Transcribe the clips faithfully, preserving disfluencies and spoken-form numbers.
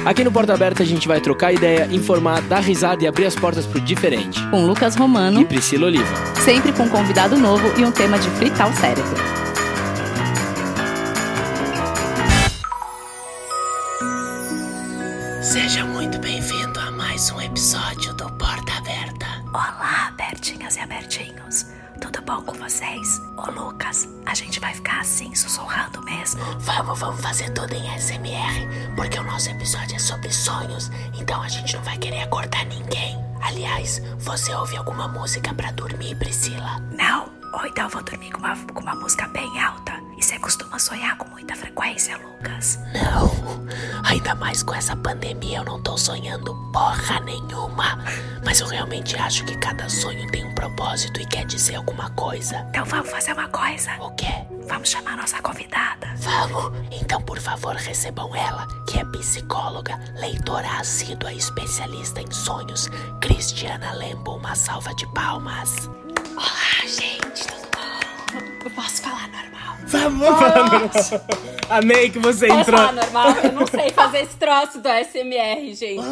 Aqui no Porta Aberta a gente vai trocar ideia, informar, dar risada e abrir as portas pro diferente. Com Lucas Romano e Priscila Oliva. Sempre com um convidado novo e um tema de fritar o cérebro. Seja muito bem-vindo a mais um episódio do Porta Aberta. Olá, abertinhas e abertinhos. Tudo bom com vocês? Ô Lucas, a gente vai ficar assim, sussurrando mesmo? Vamos, vamos fazer tudo em S M R, porque o nosso episódio é sobre sonhos, então a gente não vai querer acordar ninguém. Aliás, você ouve alguma música pra dormir, Priscila? Não, ou então eu vou dormir com uma, com uma música bem alta. E você costuma sonhar com muita frequência, Lucas? Não, ainda mais com essa pandemia eu não tô sonhando porra nenhuma. Mas eu realmente acho que cada sonho tem um propósito e quer dizer alguma coisa. Então vamos fazer uma coisa. O quê? Vamos chamar nossa convidada. Vamos? Então por favor recebam ela, que é psicóloga, leitora assídua e especialista em sonhos, Cristiana Lembo. Uma salva de palmas. Olá, gente, tudo bom? Eu posso falar normal? Vamos falar normal. Amei que você Posso entrou. falar normal? Eu não sei fazer esse troço do S M R, gente.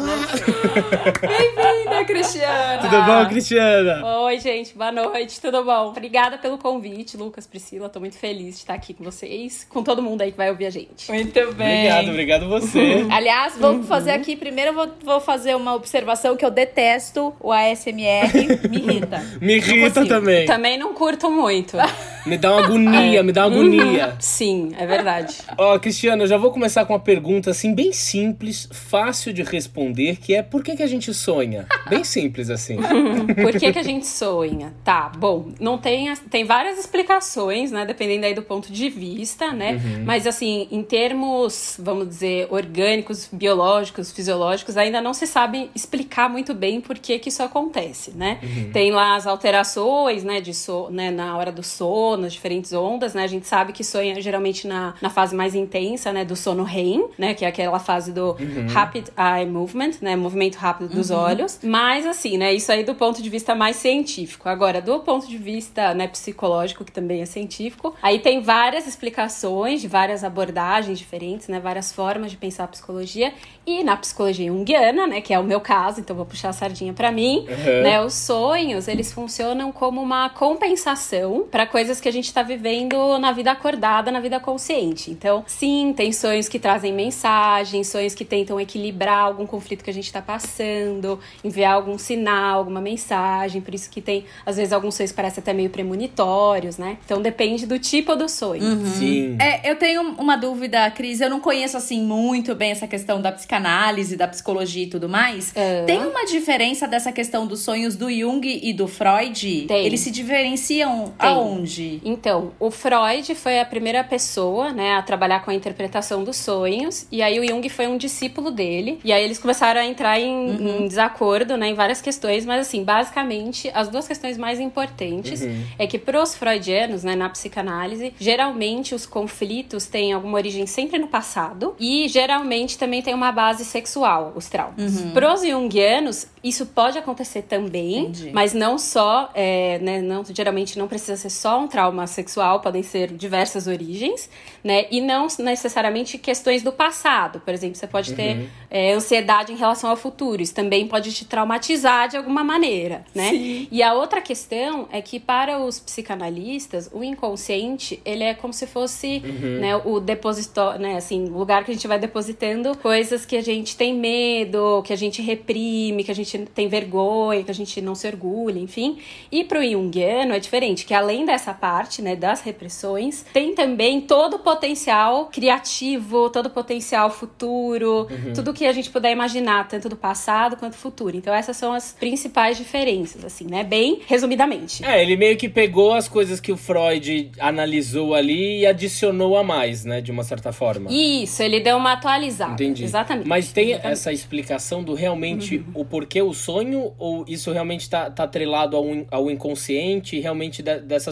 Bem-vinda, Cristiana. Tudo bom, Cristiana? Oi, gente. Boa noite. Tudo bom? Obrigada pelo convite, Lucas, Priscila. Tô muito feliz de estar aqui com vocês, com todo mundo aí que vai ouvir a gente. Muito bem. Obrigado, obrigado você. Aliás, vou fazer aqui, primeiro eu vou, vou fazer uma observação que eu detesto o A S M R, me irrita. Me irrita também. Também não curto muito. Me dá uma agonia, me dá uma agonia. Sim, é verdade. Ó, Cristiana, eu já vou começar com uma pergunta assim, bem simples, fácil de responder, que é por que que a gente sonha? Bem simples assim. Por que que a gente sonha? Tá, bom, não tem, as- tem várias explicações, né, dependendo aí do ponto de vista, né, mas assim, em termos, vamos dizer, orgânicos, biológicos, fisiológicos, ainda não se sabe explicar muito bem por que que isso acontece, né. Tem lá as alterações, né, de so, né, na hora do sono, as diferentes ondas, né, a gente sabe que sonha geralmente na, na fase mais intensa, né, do sono REM, né, que é aquela fase do Rapid Eye Movement, né, movimento rápido dos olhos, mas assim, né, isso aí do ponto de vista mais científico. Agora, do ponto de vista, né, psicológico, que também é científico, aí tem várias explicações de várias abordagens diferentes, né, várias formas de pensar a psicologia, e na psicologia junguiana, né, que é o meu caso, então vou puxar a sardinha pra mim, Uhum. né, os sonhos, eles funcionam como uma compensação para coisas que a gente tá vivendo na vida acordada, na vida consciente. Então, sim, tem sonhos que trazem mensagens, sonhos que tentam equilibrar algum conflito que a gente tá passando, enviar algum sinal, alguma mensagem, por isso que tem, às vezes, alguns sonhos que parecem até meio premonitórios, né? Então, depende do tipo do sonho. Sim. É, eu tenho uma dúvida, Cris. Eu não conheço, assim, muito bem essa questão da psicanálise, da psicologia e tudo mais. É. Tem uma diferença dessa questão dos sonhos do Jung e do Freud? Tem. Eles se diferenciam Tem. aonde? Então, o Freud foi a primeira pessoa, né, a trabalhar com a interpretação dos sonhos, e aí o Jung foi um discípulo dele, e aí eles começaram a entrar em, em desacordo, né, em várias questões, mas assim, basicamente, as duas questões mais importantes é que pros freudianos, né, na psicanálise, geralmente os conflitos têm alguma origem sempre no passado, e geralmente também tem uma base sexual, os traumas. Pros junguianos, isso pode acontecer também, Entendi. mas não só, é, né, não, geralmente não precisa ser só um trauma sexual, podem ser diversas origens, né, e não necessariamente questões do passado. Por exemplo, você pode ter é, ansiedade em relação ao futuro, isso também pode te traumatizar de alguma maneira, né? Sim. E a outra questão é que para os psicanalistas, o inconsciente, ele é como se fosse, né, o depositório, né, assim, o lugar que a gente vai depositando coisas que a gente tem medo, que a gente reprime, que a gente tem vergonha, que a gente não se orgulha, enfim. E pro junguiano é diferente, que além dessa parte, né, das repressões, tem também todo o potencial criativo, todo o potencial futuro, tudo que a gente puder imaginar, tanto do passado quanto do futuro. Então essas são as principais diferenças, assim, né, bem resumidamente. É, ele meio que pegou as coisas que o Freud analisou ali e adicionou a mais, né, de uma certa forma. Isso, ele deu uma atualizada. Entendi. Exatamente. Mas tem Exatamente. essa explicação do realmente o porquê o sonho, ou isso realmente tá, tá atrelado ao, in- ao inconsciente, realmente da- dessas coisas que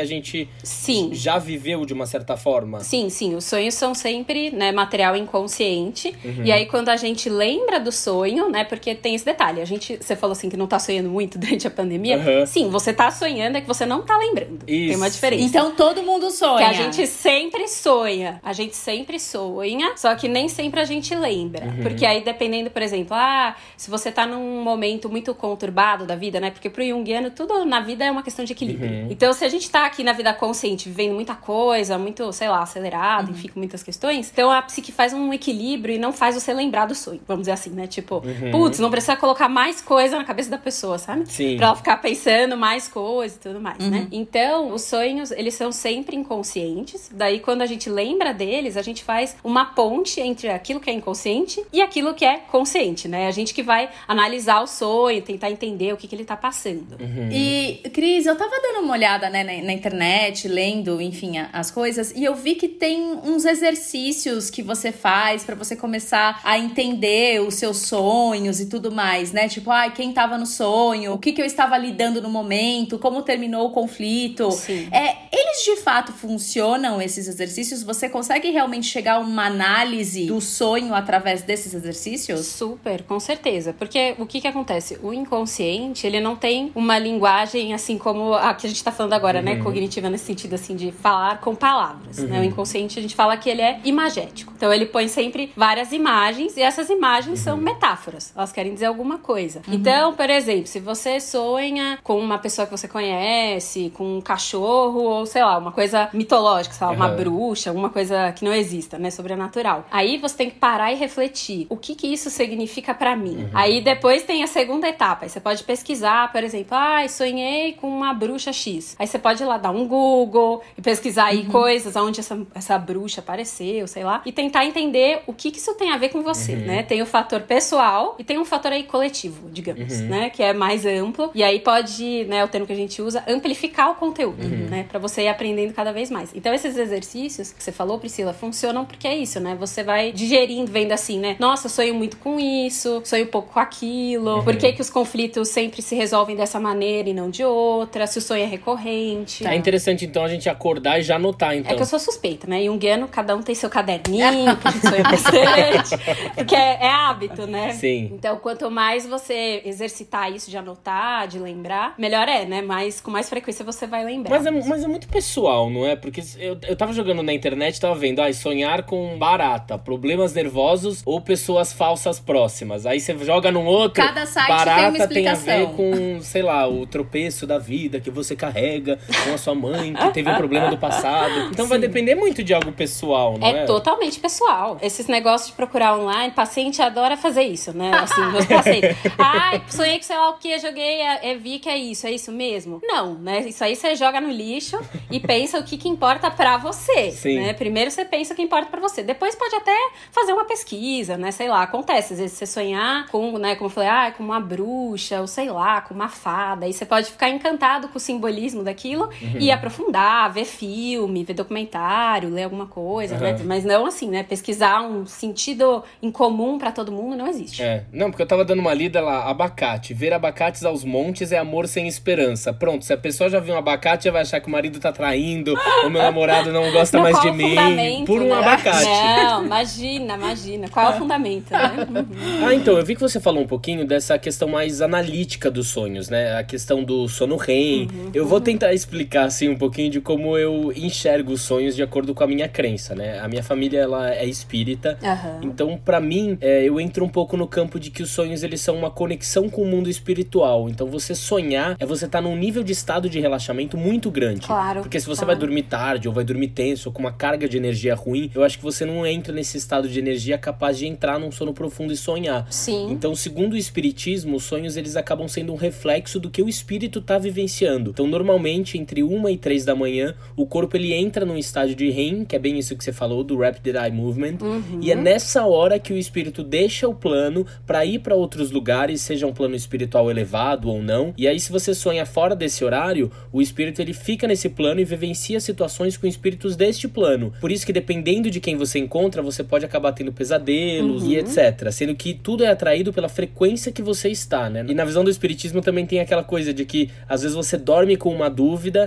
a gente Sim. já viveu de uma certa forma? Sim, sim. Os sonhos são sempre, né, material inconsciente. Uhum. E aí, quando a gente lembra do sonho, né, porque tem esse detalhe. A gente, você falou assim que não tá sonhando muito durante a pandemia. Uhum. Sim, você tá sonhando, é que você não tá lembrando. Isso. Tem uma diferença. Então, todo mundo sonha. Que a gente sempre sonha. A gente sempre sonha, só que nem sempre a gente lembra. Uhum. Porque aí, dependendo, por exemplo, ah, se você tá num momento muito conturbado da vida, né? Porque pro junguiano, tudo na vida é uma questão de equilíbrio. Uhum. Então, se a gente tá aqui na vida consciente, vivendo muita coisa, muito, sei lá, acelerado, uhum. enfim, com muitas questões, então a psique faz um equilíbrio e não faz você lembrar do sonho. Vamos dizer assim, né? Tipo, uhum. putz, não precisa colocar mais coisa na cabeça da pessoa, sabe? Sim. Pra ela ficar pensando mais coisa e tudo mais, uhum. né? Então, os sonhos, eles são sempre inconscientes. Daí, quando a gente lembra deles, a gente faz uma ponte entre aquilo que é inconsciente e aquilo que é consciente, né? A gente que vai analisar o sonho, tentar entender o que, que ele tá passando. Uhum. E, Cris, eu tava dando uma olhada, né, na, na internet, lendo, enfim, a, as coisas, e eu vi que tem uns exercícios que você faz pra você começar a entender os seus sonhos e tudo mais, né? Tipo, ai, quem tava no sonho, o que que eu estava lidando no momento, como terminou o conflito. Sim. É, eles de fato funcionam, esses exercícios? Você consegue realmente chegar a uma análise do sonho através desses exercícios? Super, com certeza. Porque o que que acontece? O inconsciente, ele não tem uma linguagem assim como a que a gente tá falando agora, uhum. né? Cognitiva nesse sentido, assim, de falar com palavras, uhum. né? O inconsciente, a gente fala que ele é imagético. Então, ele põe sempre várias imagens e essas imagens uhum. são metáforas. Elas querem dizer alguma coisa. Uhum. Então, por exemplo, se você sonha com uma pessoa que você conhece, com um cachorro ou, sei lá, uma coisa mitológica, sei lá, uhum. uma bruxa, alguma coisa que não exista, né? Sobrenatural. Aí, você tem que parar e refletir. O que que isso significa pra mim? Uhum. Aí, depois tem a segunda etapa. Aí, você pode pesquisar, por exemplo, ah, sonhei com uma bruxa X. Aí, você pode ir lá dar um Google e pesquisar aí uhum. coisas onde essa, essa bruxa apareceu, sei lá, e tentar entender o que que isso tem a ver com você, uhum. né? Tem o fator pessoal e tem um fator aí coletivo, digamos, uhum. né? Que é mais amplo. E aí pode, né, o termo que a gente usa, amplificar o conteúdo, uhum. né? Pra você ir aprendendo cada vez mais. Então, esses exercícios que você falou, Priscila, funcionam porque é isso, né? Você vai digerindo, vendo assim, né? Nossa, eu sonho muito com isso, sonho um pouco com aquilo. Uhum. Por que que os conflitos sempre se resolvem dessa maneira e não de outra? Se o sonho é recorrente. É interessante, então, a gente acordar e já anotar, então. É que eu sou suspeita, né? Junguiano, cada um tem seu caderninho, que a gente sonha bastante. Porque é, é hábito, né? Sim. Então, quanto mais você exercitar isso de anotar, de lembrar, melhor é, né? Mas com mais frequência você vai lembrar. Mas é, mas é muito pessoal, não é? Porque eu, eu tava jogando na internet, tava vendo, ah, sonhar com barata, problemas nervosos ou pessoas falsas próximas. Aí você joga num outro, cada site barata tem uma explicação. Tem a ver com, sei lá, o tropeço da vida que você carrega com a sua mãe, que teve um problema do passado. Então Sim. vai depender muito de algo pessoal, não é? É totalmente pessoal. Esses negócios de procurar online, paciente adora fazer isso, né? Assim, meus pacientes. Ai, sonhei que sei lá o que, joguei, é, vi que é isso, é isso mesmo? Não, né? Isso aí você joga no lixo e pensa o que que importa pra você, Sim. né? Primeiro você pensa o que importa pra você. Depois pode até fazer uma pesquisa, né? Sei lá, acontece. Às vezes você sonhar com, né, como eu falei, ah, com uma bruxa, ou sei lá, com uma fada. Aí você pode ficar encantado com o simbolismo daquilo uhum. e aprofundar, ver filme, ver documentário, ler alguma coisa, uhum. né? Mas não assim, né? Pesquisar um sentido em comum pra todo mundo não existe. É, não, porque eu tava dando uma lida lá, abacate. Ver abacates aos montes é amor sem esperança. Pronto, se a pessoa já viu um abacate, já vai achar que o marido tá traindo, ou meu namorado não gosta não, mais de mim. Por um né? abacate. Não, imagina, imagina. Qual é o fundamento, né? Uhum. Ah, então, eu vi que você falou um pouquinho dessa questão mais analítica dos sonhos, né? A questão do sono R E M. Uhum, eu vou uhum. tentar explicar, assim, um pouquinho de como eu enxergo os sonhos de acordo com a minha crença, né? A minha família, ela é espírita. Uhum. Então, pra mim, é, eu entro um pouco no campo de que os sonhos, eles são uma conexão com o mundo espiritual. Então, você sonhar é você estar num nível de estado de relaxamento muito grande. Claro. Porque se você claro. vai dormir tarde, ou vai dormir tenso, ou com uma carga de energia ruim, eu acho que você não entra nesse estado de energia capaz de entrar num sono profundo e sonhar. Sim. Então, segundo o espiritismo, os sonhos, eles acabam sendo um reflexo do que o espírito tá vivenciando. Então, normalmente, entre uma e três da manhã, o corpo, ele entra num estágio de R E M, que é bem isso que você falou, do Rapid Eye Movement. Uhum. E é nessa hora que o espírito deixa o plano pra ir pra outros lugares, seja um plano espiritual elevado ou não. E aí, se você sonha fora desse horário, o espírito, ele fica nesse plano e vivencia situações com espíritos deste plano. Por isso que, dependendo de quem você encontra, você pode acabar tendo pesadelos uhum. e etcétera. Sendo que tudo é atraído pela frequência que você está, né? E na visão do espiritismo também tem aquela coisa de que, às vezes, você dorme com uma dúvida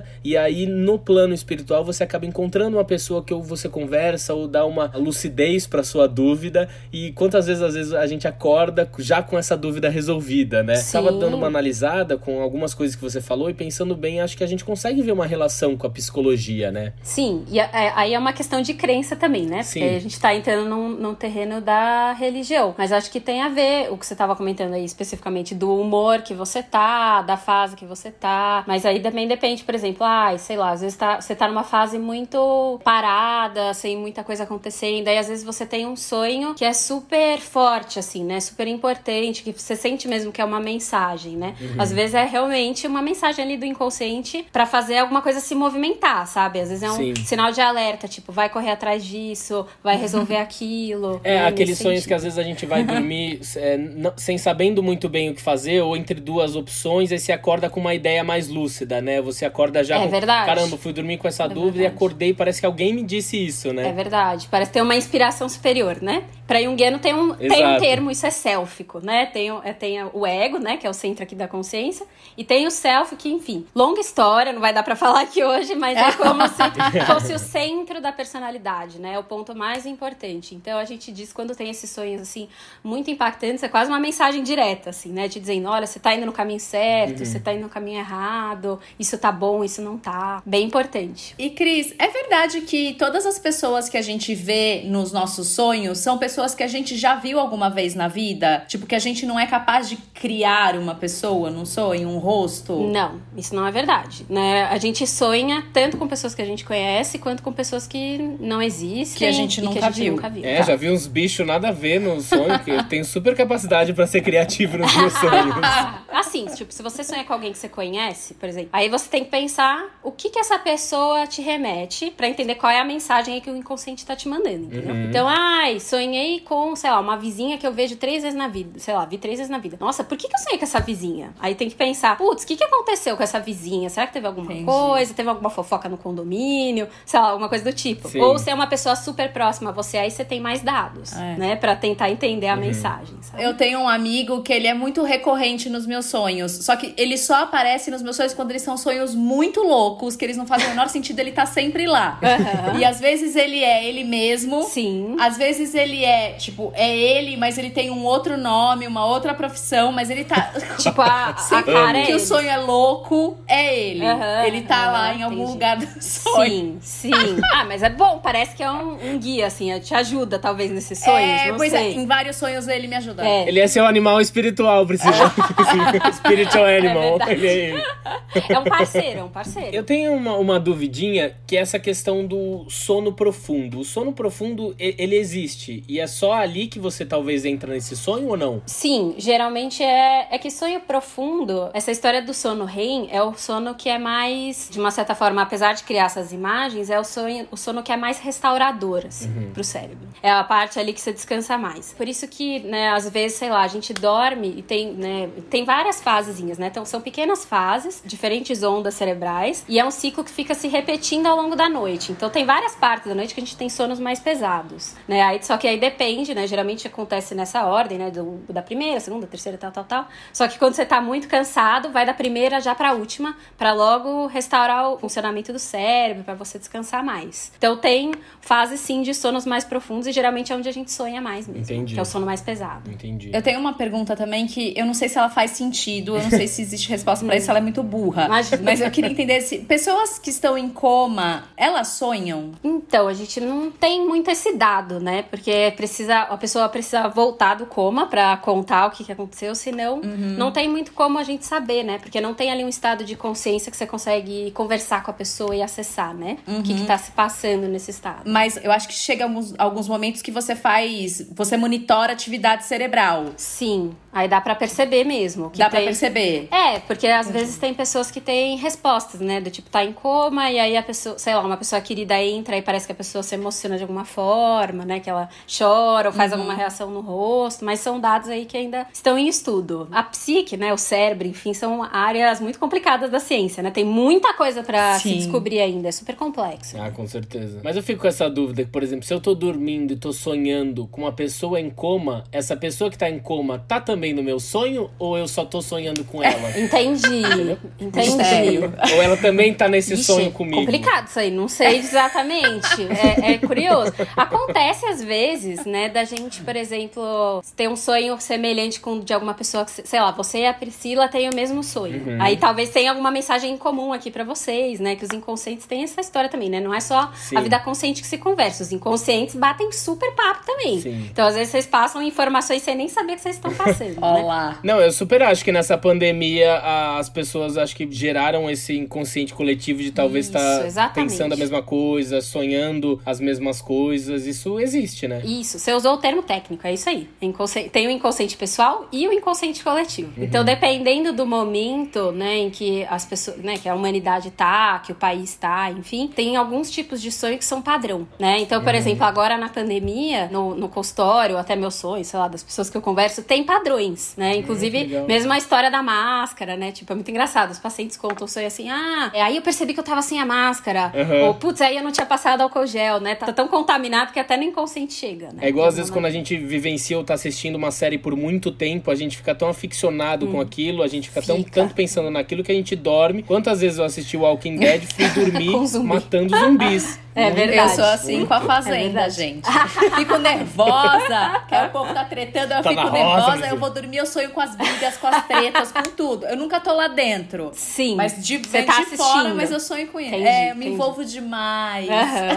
e aí no plano espiritual você acaba encontrando uma pessoa que ou você conversa ou dá uma lucidez pra sua dúvida, e quantas vezes às vezes a gente acorda já com essa dúvida resolvida, né? Sim. Tava dando uma analisada com algumas coisas que você falou e pensando bem, acho que a gente consegue ver uma relação com a psicologia, né? Sim, e a- é- aí é uma questão de crença também, né? Porque Sim. a gente tá entrando num, num terreno da religião. Mas acho que tem a ver o que você tava comentando aí, especificamente do humor que você tá, da fase que você tá. Mas aí também depende, por exemplo, ai, sei lá, às vezes tá, você tá numa fase muito parada, sem muita coisa acontecendo. Aí às vezes você tem um sonho que é super forte, assim, né? Super importante, que você sente mesmo que é uma mensagem, né? Uhum. Às vezes é realmente uma mensagem ali do inconsciente pra fazer alguma coisa se movimentar, sabe? Às vezes é um Sim. sinal de alerta, tipo, vai correr atrás disso, vai resolver aquilo. É, né? aqueles Nesse sonhos sentido. que às vezes a gente vai dormir é, não- sem sabendo muito bem o que fazer, ou entre duas opções, aí você acorda com uma ideia mais lúcida, né? Você acorda já É com... verdade. Caramba, fui dormir com essa É dúvida e verdade. acordei, parece que alguém me disse isso, né? É verdade, parece ter uma inspiração superior, né? Pra Jungiano tem um, tem um Exato. termo, isso é sélfico, né? Tem, o- é, tem o ego, né? Que é o centro aqui da consciência. E tem o self, que, enfim, longa história, não vai dar pra falar aqui hoje, mas é como se fosse o centro da personalidade, né? É o ponto mais importante. Então, a gente diz, quando tem esses sonhos, assim, muito impactantes, é quase uma mensagem direta, assim, né? Te dizendo, olha, você tá indo no caminho certo, você tá indo no caminho errado, isso tá bom, isso não tá. Bem importante. E Cris, é verdade que todas as pessoas que a gente vê nos nossos sonhos são pessoas que a gente já viu alguma vez na vida? Tipo, que a gente não é capaz de criar uma pessoa num sonho, um rosto? Não, isso não é verdade, né? A gente sonha tanto com pessoas que a gente conhece, quanto com pessoas que não existem. Que a gente e nunca que a gente viu. nunca viu. É, já vi uns bichos nada a ver no sonho, que eu tenho super capacidade pra ser criativo nos meus sonhos. Assim, tipo, se você sonha com alguém que você conhece, por exemplo, aí você tem que pensar o que que essa pessoa te remete pra entender qual é a mensagem aí que o inconsciente tá te mandando, entendeu? Uhum. Então, ai, sonhei com, sei lá, uma vizinha que eu vejo três vezes na vida. Sei lá, vi três vezes na vida. Nossa, por que que eu sonhei com essa vizinha? Aí tem que pensar, putz, o que que aconteceu com essa vizinha? Será que teve alguma Entendi. coisa? Teve alguma fofoca no condomínio? Sei lá, alguma coisa do tipo. Sim. Ou se é uma pessoa super próxima a você, aí você tem mais dados, É. né? Pra tentar entender a mensagem, sabe? Eu tenho um amigo que ele é muito recorrente nos meus sonhos. Só que ele só aparece nos meus sonhos quando eles são sonhos muito loucos, que eles não fazem o menor sentido, ele tá sempre lá. Aham. E às vezes ele é ele mesmo. Sim. Às vezes ele é, tipo, é ele, mas ele tem um outro nome, uma outra profissão, mas ele tá. Tipo, a, a Sempre cara é que o ele. sonho é louco, é ele. Aham, ele tá aham, lá em algum entendi. lugar do sonho. Sim, sim. Ah, mas é bom, parece que é um, um guia, assim, te ajuda, talvez, nesses sonhos, É, não pois é, sei. em vários sonhos ele me ajuda. É. Ele é seu animal espiritual, precisa. Spiritual animal. verdade. Ele é ele. É um parceiro, é um parceiro. Eu tenho uma, uma duvidinha, que é essa questão do sono profundo. O sono profundo, e- ele existe. E é só ali que você talvez entra nesse sonho ou não? Sim, geralmente é, é que sonho profundo, essa história do sono R E M é o sono que é mais, de uma certa forma, apesar de criar essas imagens, é o, sonho, o sono que é mais restaurador, assim, pro cérebro. É a parte ali que você descansa mais. Por isso que, né, às vezes, sei lá, a gente dorme e tem, né, tem várias fasezinhas, né? Então, são pequenas fases, diferentes ondas cerebrais, e é um ciclo que fica se repetindo ao longo da noite. Então, tem várias partes da noite que a gente tem sonos mais pesados, né? Aí, só que aí depende, né? Geralmente acontece nessa ordem, né? Do, da primeira, segunda, terceira, tal, tal, tal. Só que quando você tá muito cansado, vai da primeira já pra última, pra logo restaurar o funcionamento do cérebro, pra você descansar mais. Então, tem fases, sim, de sonos mais profundos, e geralmente é onde a gente sonha mais mesmo. Entendi. Que é o sono mais pesado. Entendi. Eu tenho uma pergunta também que eu não sei se ela faz sentido, eu não sei se existe resposta pra isso, ela é muito burra. Imagina. Mas eu queria entender se pessoas que estão em coma, elas sonham? Então, a gente não tem muito esse dado, né? Porque precisa, a pessoa precisa voltar do coma pra contar o que, que aconteceu, senão não tem muito como a gente saber, né? Porque não tem ali um estado de consciência que você consegue conversar com a pessoa e acessar, né? O que, que tá se passando nesse estado. Mas eu acho que chega alguns, alguns momentos que você faz, você monitora a atividade cerebral. Sim, aí dá pra perceber mesmo. Que Dá pra tem- perceber. É, porque às vezes tem pessoas que têm respostas, né? Do tipo, tá em coma e aí a pessoa, sei lá, uma pessoa querida entra e parece que a pessoa se emociona de alguma forma, né? Que ela chora ou faz alguma reação no rosto, mas são dados aí que ainda estão em estudo. A psique, né? O cérebro, enfim, são áreas muito complicadas da ciência, né? Tem muita coisa pra se Sim. descobrir ainda, é super complexo. Ah, com certeza. Mas eu fico com essa dúvida, que, por exemplo, se eu tô dormindo e tô sonhando com uma pessoa em coma, essa pessoa que tá em coma tá também também no meu sonho ou eu só tô sonhando com ela? Entendi, entendi. Sério? Ou ela também tá nesse Ixi, sonho comigo? Complicado isso aí, não sei exatamente. é, é curioso. Acontece às vezes, né, da gente, por exemplo, ter um sonho semelhante com de alguma pessoa que, sei lá, você e a Priscila têm o mesmo sonho. Uhum. Aí talvez tenha alguma mensagem em comum aqui pra vocês, né? Que os inconscientes têm essa história também, né? Não é só Sim. a vida consciente que se conversa. Os inconscientes batem super papo também. Sim. Então, às vezes, vocês passam informações sem nem saber que vocês estão passando, né? Olá. Não, eu super acho que nessa pandemia a- as pessoas acho que geraram esse inconsciente coletivo de talvez Isso, estar exatamente. pensando a mesma coisa, sonhando as mesmas coisas. Isso existe, né? Isso, você usou o termo técnico, é isso aí. Inconsci... Tem o inconsciente pessoal e o inconsciente coletivo. Uhum. Então, dependendo do momento, né, em que as pessoas, né, que a humanidade tá, que o país tá, enfim, tem alguns tipos de sonho que são padrão, né? Então, por Uhum. exemplo, agora na pandemia, no, no consultório, até meus sonhos, sei lá, das pessoas que eu converso, tem padrões, né? Inclusive, que legal. mesmo a história da máscara, né? Tipo, é muito engraçado. Os pacientes contam o sonho assim, ah, é, aí eu percebi que eu tava sem a máscara. Uhum. Ou, putz, aí eu não tinha passado álcool gel, né? Tá tão contaminado que até no inconsciente chega, né? É igual às De vezes alguma quando a gente vivencia ou tá assistindo uma série por muito tempo, a gente fica tão aficionado com aquilo, a gente fica, tão Fica. tanto pensando naquilo que a gente dorme. Quantas vezes eu assisti Walking Dead, fui dormir Com zumbi. matando zumbis. É verdade. Eu sou assim Muito. com a É Fazenda, verdade. gente. Fico nervosa, que aí o povo tá tretando, eu Tá fico na roça, nervosa, Priscila. eu vou dormir, eu sonho com as brigas, com as tretas, com tudo. Eu nunca tô lá dentro. Sim. Mas de, Você vem tá de assistindo. fora, mas eu sonho com ele. Entendi, é, eu me entendi. envolvo demais.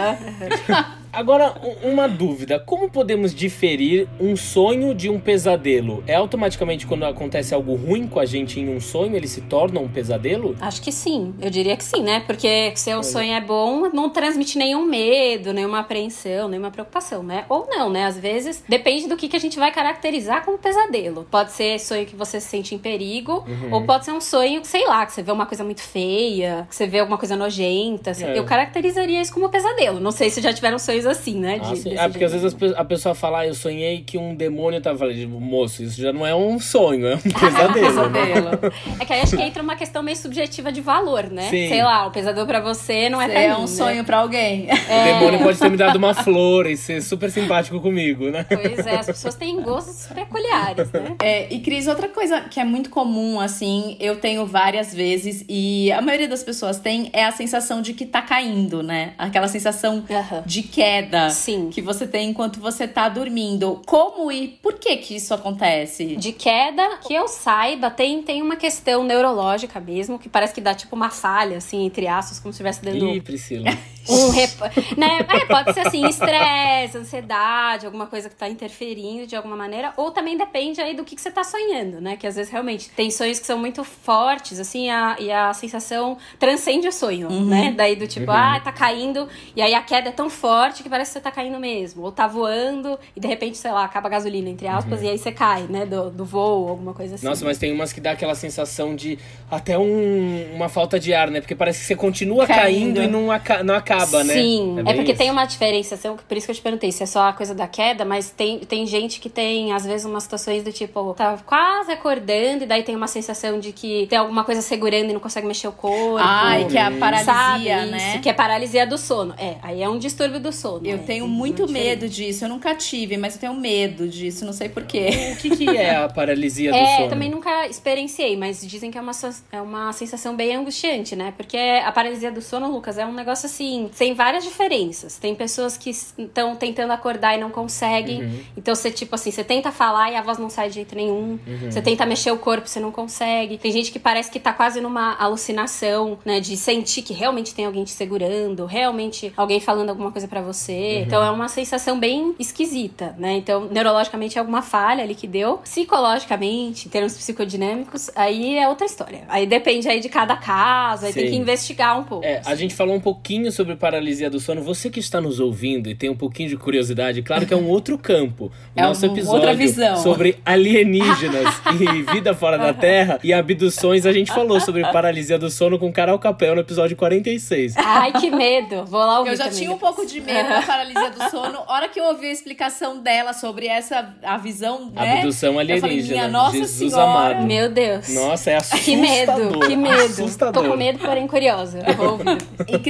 Aham. Agora, u- uma dúvida. Como podemos diferir um sonho de um pesadelo? É automaticamente quando acontece algo ruim com a gente em um sonho, ele se torna um pesadelo? Acho que sim, eu diria que sim, né? Porque se o sonho é bom, não transmite nenhum medo, nenhuma apreensão, nenhuma preocupação, né? Ou não, né? Às vezes, depende do que, que a gente vai caracterizar como pesadelo. Pode ser sonho que você se sente em perigo, Uhum. ou pode ser um sonho, sei lá, que você vê uma coisa muito feia, que você vê alguma coisa nojenta. É. Eu caracterizaria isso como pesadelo. Não sei se já tiveram sonhos assim, né? Ah, De- sim. desse Ah, porque às jeito. vezes as pe- a pessoa fala, ah, eu sonhei que um demônio tava falando, moço, isso já não é um sonho, é um pesadelo. né? Pesadelo. É que aí acho que entra uma questão meio subjetiva de valor, né? Sim. Sei lá, o pesadelo pra você não é Você pra é mim, um né? sonho pra alguém. O demônio pode ter me dado uma flor e ser super simpático comigo, né? Pois é, as pessoas têm gostos peculiares, né? É, e Cris, outra coisa que é muito comum, assim, eu tenho várias vezes, e a maioria das pessoas tem, é a sensação de que tá caindo, né? Aquela sensação Aham. de queda Sim. que você tem enquanto você tá dormindo. Como e por que que isso acontece? De queda, que eu saiba, tem, tem uma questão neurológica mesmo, que parece que dá tipo uma falha, assim, entre aspas, como se estivesse dando Ih, Priscila. um rep... né? É, pode ser assim, estresse, ansiedade, alguma coisa que tá interferindo de alguma maneira, ou também depende aí do que, que você tá sonhando, né? Que às vezes realmente tem sonhos que são muito fortes, assim, a, e a sensação transcende o sonho, né? Daí do tipo, ah, tá caindo, e aí a queda é tão forte que parece que você tá caindo mesmo, ou tá voando, e de repente, sei lá, acaba a gasolina, entre aspas, e aí você cai, né? Do, do voo, alguma coisa assim. Nossa, mas tem umas que dá aquela sensação de até um, uma falta de ar, né? Porque parece que você continua caindo, Caindo. e não, aca- não acaba, né? Sim, é, bem porque isso. tem uma diferenciação, por isso que eu te perguntei se é só a coisa da queda, mas tem, tem gente que tem, às vezes, umas situações do tipo, tá quase acordando e daí tem uma sensação de que tem alguma coisa segurando e não consegue mexer o corpo. Ai, que é a paralisia, sabe? né? Isso, que é paralisia do sono. É, aí é um distúrbio do sono. Eu né? tenho Tem muito uma medo diferença. disso. Eu nunca tive, mas eu tenho medo disso. Não sei porquê. O que, que é a paralisia do É, sono? também nunca experienciei, mas dizem que é uma, so- é uma sensação bem angustiante, né? Porque a paralisia do sono, Lucas, é um negócio assim, tem várias diferenças. Tem pessoas que estão tentando acordar e não conseguem. Uhum. Então você, tipo assim, você tenta falar e a voz não sai de jeito nenhum. Uhum. Você tenta mexer o corpo, você não consegue. Tem gente que parece que tá quase numa alucinação, né? De sentir que realmente tem alguém te segurando, realmente alguém falando alguma coisa pra você. Uhum. Então é uma sensação bem esquisita, né? Então, neurologicamente é alguma falha ali que deu. Psicologicamente, em termos psicodinâmicos, aí é outra história. Aí depende aí de cada caso, aí tem Sim. que investigar um pouco. É, a gente falou um pouquinho sobre paralisia do sono. Você que está nos ouvindo e tem um pouquinho de curiosidade, claro que é um outro campo. O É nosso um- episódio outra visão. sobre alienígenas e vida fora da Terra e abduções, a gente falou sobre paralisia do sono com Carol Capel no episódio quarenta e seis. Ai, que medo. Vou lá ouvir Eu já também tinha um depois. pouco de medo da paralisia do sono. A hora que eu ouvi a explicação dela sobre essa a visão, né? Abdução Eu falei, alienígena. minha Nossa Jesus Senhora. amado. Meu Deus. Nossa, é assustador. Que medo, que medo. Assustador. Tô com medo, porém curiosa. Eu vou ouvir. E Cris,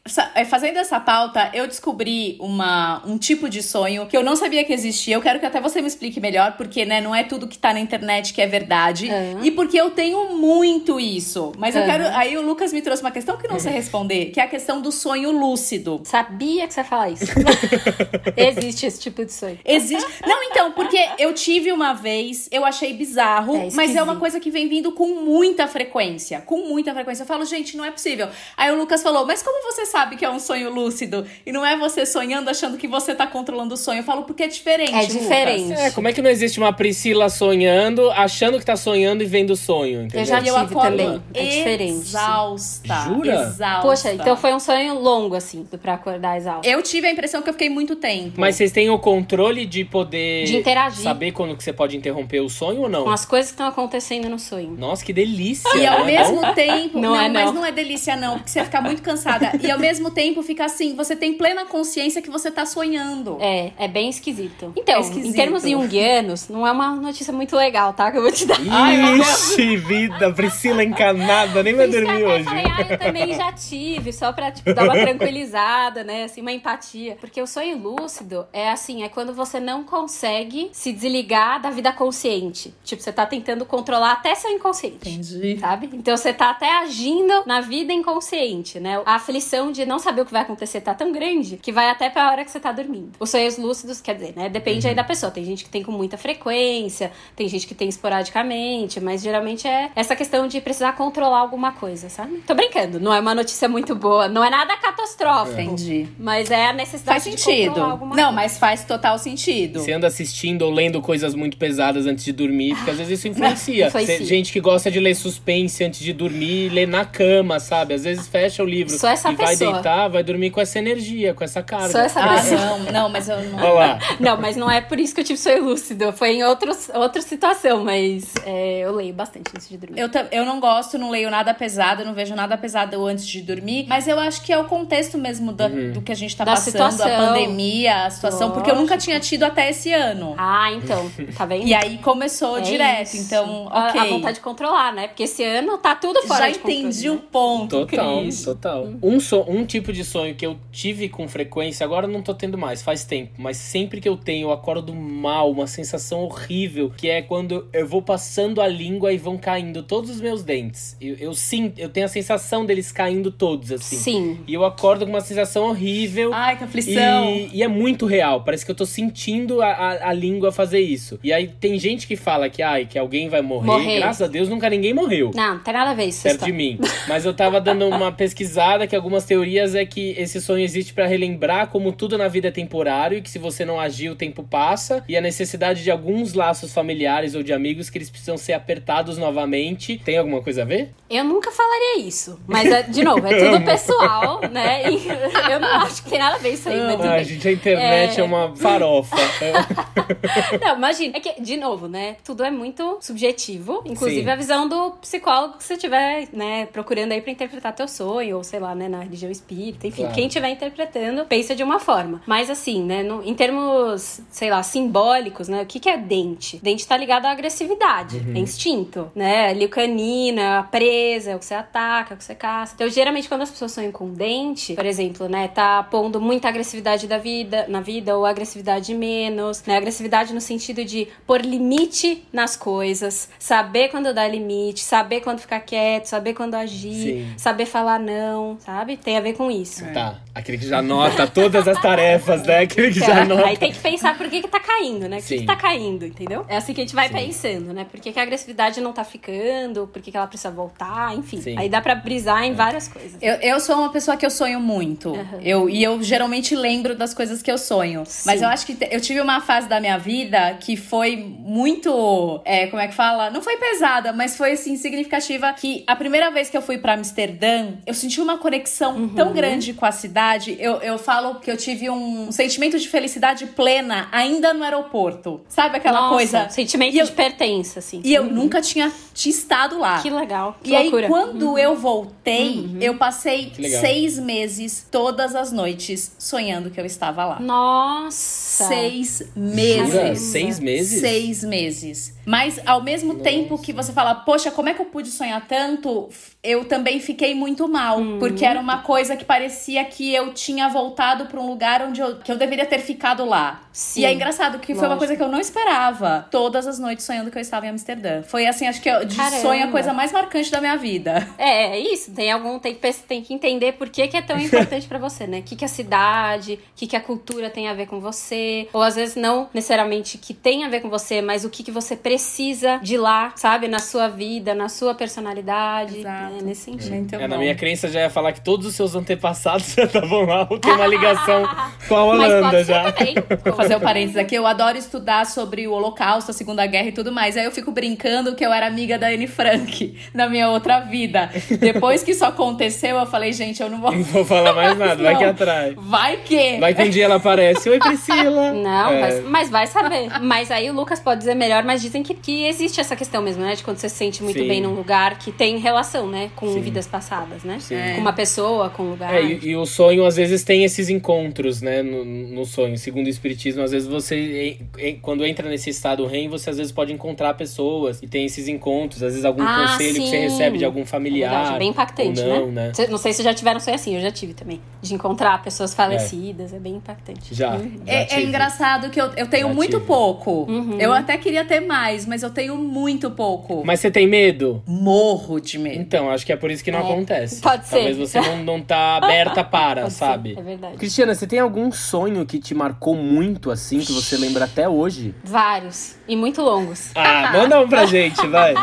Fazendo essa pauta, eu descobri uma, um tipo de sonho que eu não sabia que existia. Eu quero que até você me explique melhor, porque, né, não é tudo que tá na internet que é verdade. Uhum. E porque eu tenho muito isso. Mas eu uhum. quero... Aí o Lucas me trouxe uma questão que não sei responder, que é a questão do sonho lúcido. Sabia que você ia falar isso. Existe esse tipo de sonho. Existe. Não, então, porque eu tive uma vez, eu achei bizarro, é mas é uma coisa que vem vindo com muita frequência. Com muita frequência. Eu falo, gente, não é possível. Aí o Lucas falou, mas como você sabe que é um sonho lúcido? E não é você sonhando achando que você tá controlando o sonho. Eu falo, porque é diferente, É diferente. Lucas. É, como é que não existe uma Priscila sonhando, achando que tá sonhando e vendo o sonho, entendeu? Eu já tive eu acordo também. É diferente. Exausta. Jura? Exausta. Poxa, então foi um sonho longo, assim, pra acordar exausta. Eu tive a impressão que eu fiquei muito tempo. Mas vocês têm o controle de poder... De interagir. Saber quando que você pode interromper o sonho ou não? Com as coisas que estão acontecendo no sonho. Nossa, que delícia. E ao né? mesmo tempo... Não, não, é, mas não. não é delícia não, porque você fica muito cansada. E ao mesmo tempo fica assim, você tem plena consciência que você tá sonhando. É, é bem esquisito. Então, é esquisito. Em termos junguianos, não é uma notícia muito legal, tá? Que eu vou te dar. Ixi, vida, Priscila encanada, nem vai dormir hoje. Eu falei, ah, eu também já tive, só pra, tipo, dar uma tranquilizada, né? Assim, uma empatia. Porque o sonho lúcido é assim, é quando você não consegue se desligar da vida consciente. Tipo, você tá tentando controlar até seu inconsciente. Entendi. Sabe? Então você tá até agindo na vida inconsciente, né? A aflição de não saber o que vai acontecer tá tão grande que vai até pra hora que você tá dormindo. Os sonhos lúcidos, quer dizer, né? Depende uhum. aí da pessoa. Tem gente que tem com muita frequência, tem gente que tem esporadicamente, mas geralmente é essa questão de precisar controlar alguma coisa, sabe? Tô brincando, não é uma notícia muito boa, não é nada catastrófico. Entendi. Mas é a necessidade faz de sentido. controlar alguma não, coisa. mas faz total sentido. Você anda assistindo ou lendo coisas muito pesadas antes de dormir, porque às vezes isso influencia. Influencia. Cê, gente que gosta de ler suspense antes de dormir, lê na cama, sabe? Às vezes fecha o livro Só essa e pessoa. vai deitar, vai dormir com essa energia, com essa carga. Só essa Ah, pessoa. não, não, mas eu não... Olha lá. Não, mas não é por isso que eu tive sonho lúcido. Foi em outros, outra situação, mas é, eu leio bastante antes de dormir. Eu, eu não gosto, não leio nada pesado, eu não vejo nada pesado antes de dormir, mas eu acho que é o contexto mesmo da, uhum. do que a gente tá da passando, situação. a pandemia, a situação, Lógico. porque eu nunca tinha tido até esse ano. Ah, então, tá vendo? E aí começou é direto, isso. então, a, ok. A vontade de controlar, né? Porque esse ano tá tudo fora Já de controle. entendi né? o ponto, Total, Cris. total. Hum. Um, so, um tipo de sonho que eu tive com frequência, agora eu não tô tendo mais, faz tempo, mas sempre que eu tenho, eu acordo mal, uma sensação horrível, que é quando eu vou passando a língua e vão caindo todos os meus dentes. Eu, eu, sinto, eu tenho a sensação deles caindo todos, assim. Sim. E eu acordo com uma sensação horrível. Ai, que aflição. E, e é muito real, parece que eu tô sentindo a, a, a língua fazer isso. E aí tem gente que fala que, ai, que alguém vai morrer. Morrer. Graças a Deus nunca ninguém morreu. Não, não tem nada a ver isso. Perto de mim. Mas eu tava dando uma pesquisada que algumas teorias é que esse sonho existe pra relembrar como tudo na vida é temporário e que se você não agir, o tempo passa. E a necessidade de alguns laços familiares ou de amigos que eles precisam ser apertados novamente. Tem alguma coisa a ver? Eu nunca falaria isso. Mas, é, de novo, é tudo pessoal, né? E eu não acho que tem nada a ver isso aí. Mas tudo Ai, bem. gente, a internet é, é uma farofa. Não, imagina. É que, de novo, né? Tudo é muito subjetivo. Inclusive Sim. a visão do psicólogo que você estiver, né, procurando aí pra interpretar teu sonho. Ou sei lá, né, na religião espírita. Enfim, Claro. quem estiver interpretando, pensa de uma forma. Mas assim, né, no, em termos, sei lá, simbólicos, né? O que que é dente? Dente tá ligado à agressividade. Uhum. É instinto, né? Ali o canino, a presa, é o que você ataca, é o que você caça. Então, geralmente, quando as pessoas sonham com dente, por exemplo, né, tá pondo muita agressividade da vida, na vida, ou agressividade menos, né? Agressividade no sentido de pôr limite nas coisas, saber quando dar limite, saber quando ficar quieto, saber quando agir, Sim. saber falar não, sabe? Tem a ver com isso. Tá, aquele que já anota todas as tarefas, né? Aquele que Então, já anota. aí tem que pensar por que que tá caindo, né? Por que Sim. que tá caindo, entendeu? É assim que a gente vai Sim. pensando, né? Por que que a agressividade não tá ficando, por que que ela precisa voltar, enfim. Sim. Aí dá pra brisar em várias coisas. Eu, eu sou uma pessoa que eu sonho muito. Uhum. Eu, e eu geralmente lembro das coisas que eu sonho. Sim. Mas eu acho que te- eu tive uma fase da minha vida que foi muito... É, como é que fala? Não foi pesada, mas foi, assim, significativa. Que a primeira vez que eu fui pra Amsterdã, eu senti uma conexão Uhum. tão grande com a cidade. Eu, eu falo que eu tive um sentimento de felicidade plena ainda no aeroporto. Sabe aquela Nossa, coisa? sentimento E eu- de pertença, assim. E eu nunca tinha, tinha estado lá. Que legal, que e loucura. aí, quando eu voltei, Uhum. eu passei Que legal. seis meses, todas as noites, sonhando que eu estava lá. Nossa! Seis Jura? meses. Seis meses? Seis meses. Mas, ao mesmo Nossa. tempo que você fala, poxa, como é que eu pude sonhar tanto? Eu também fiquei muito mal. Uhum. Porque era uma coisa que parecia que eu tinha voltado pra um lugar onde eu, que eu deveria ter ficado lá. Sim, e é engraçado, que foi lógico. uma coisa que eu não esperava. Todas as noites sonhando que eu estava em Amsterdã. Foi assim, acho que eu, de Caramba. sonho a coisa mais marcante da minha vida. É, é isso. Tem algum tem que, tem que entender por que, que é tão importante pra você, né? O que, que a cidade, o que, que a cultura tem a ver com você. Ou às vezes não necessariamente que tem a ver com você, mas o que, que você precisa de lá, sabe? Na sua vida, na sua personalidade. Exato. Né? Nesse sentido. Muito É, bom. na minha crença já ia falar que todos os seus antepassados já estavam lá, ou tem uma ligação com a Mas Holanda pode já. ser também. Vou fazer o um parênteses aqui. Eu adoro estudar sobre o Holocausto, a Segunda Guerra e tudo mais. Aí eu fico brincando que eu era amiga da Anne Frank na minha outra vida. Depois que isso aconteceu, eu falei, gente, eu não vou... Não vou falar mais nada, vai que atrai. Vai que... Vai que um dia ela aparece. Oi, Priscila. Não, É. mas, mas vai saber. Mas aí o Lucas pode dizer melhor, mas dizem que, que existe essa questão mesmo, né? De quando você se sente muito Sim. bem num lugar que tem relação, né? Com Sim. vidas passadas, né? Sim. Com uma pessoa, com um lugar. É, e, e o sonho, às vezes, tem esses encontros, né, no, no sonho. Segundo o Espiritismo, às vezes você, em- em- quando entra nesse estado REM, você às vezes pode encontrar pessoas e tem esses encontros. Às vezes algum Ah, conselho que você sim. recebe de algum É familiar. verdade, é bem impactante, ou não, né? né? Cê- Não sei se já tiveram sonho assim, eu já tive também. De encontrar pessoas falecidas, é, bem impactante. Já. Uhum. já É, é tive. engraçado que eu, eu tenho Já muito tive. pouco. Uhum. Eu até queria ter mais, mas eu tenho muito pouco. Mas você tem medo? Morro de medo. Então, acho que é por isso que não É, acontece. pode ser. Talvez você não, não tá aberta para, Pode ser, sabe? é verdade. Cristiana, você tem algum sonho que te marcou muito, assim, que você lembra até hoje? Vários. E muito longos. Ah, manda um pra gente, vai.